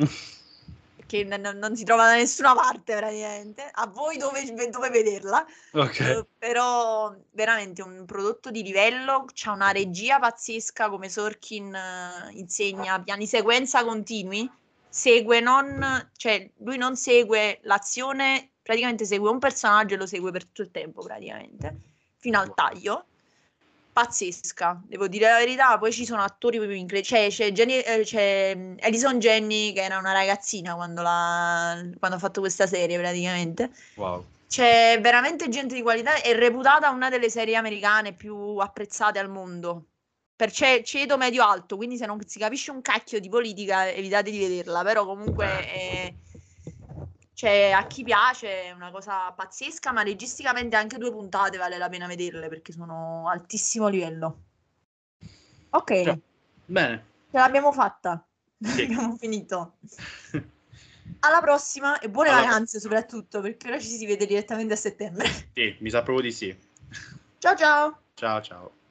perché n- non si trova da nessuna parte praticamente. A voi dove, dove vederla. Ok. Uh, però veramente un prodotto di livello. C'ha una regia pazzesca, come Sorkin uh, insegna, piani sequenza continui. Segue non, cioè lui non segue l'azione, praticamente segue un personaggio e lo segue per tutto il tempo praticamente, fino al taglio. Pazzesca, devo dire la verità. Poi ci sono attori proprio incredibili. C'è, c'è, Jenny, eh, c'è Alison Jenny, che era una ragazzina quando, la, quando ha fatto questa serie praticamente. Wow. C'è veramente gente di qualità, è reputata una delle serie americane più apprezzate al mondo. Per ce- ceto medio-alto, quindi se non si capisce un cacchio di politica evitate di vederla, però comunque è, cioè, a chi piace è una cosa pazzesca, ma registicamente anche due puntate vale la pena vederle perché sono altissimo livello. Ok, Già. Bene. ce l'abbiamo fatta, Sì. abbiamo finito. Alla prossima e buone Alla vacanze prossima. soprattutto, perché ora ci si vede direttamente a settembre. Sì, mi sa proprio di sì. Ciao ciao! Ciao ciao.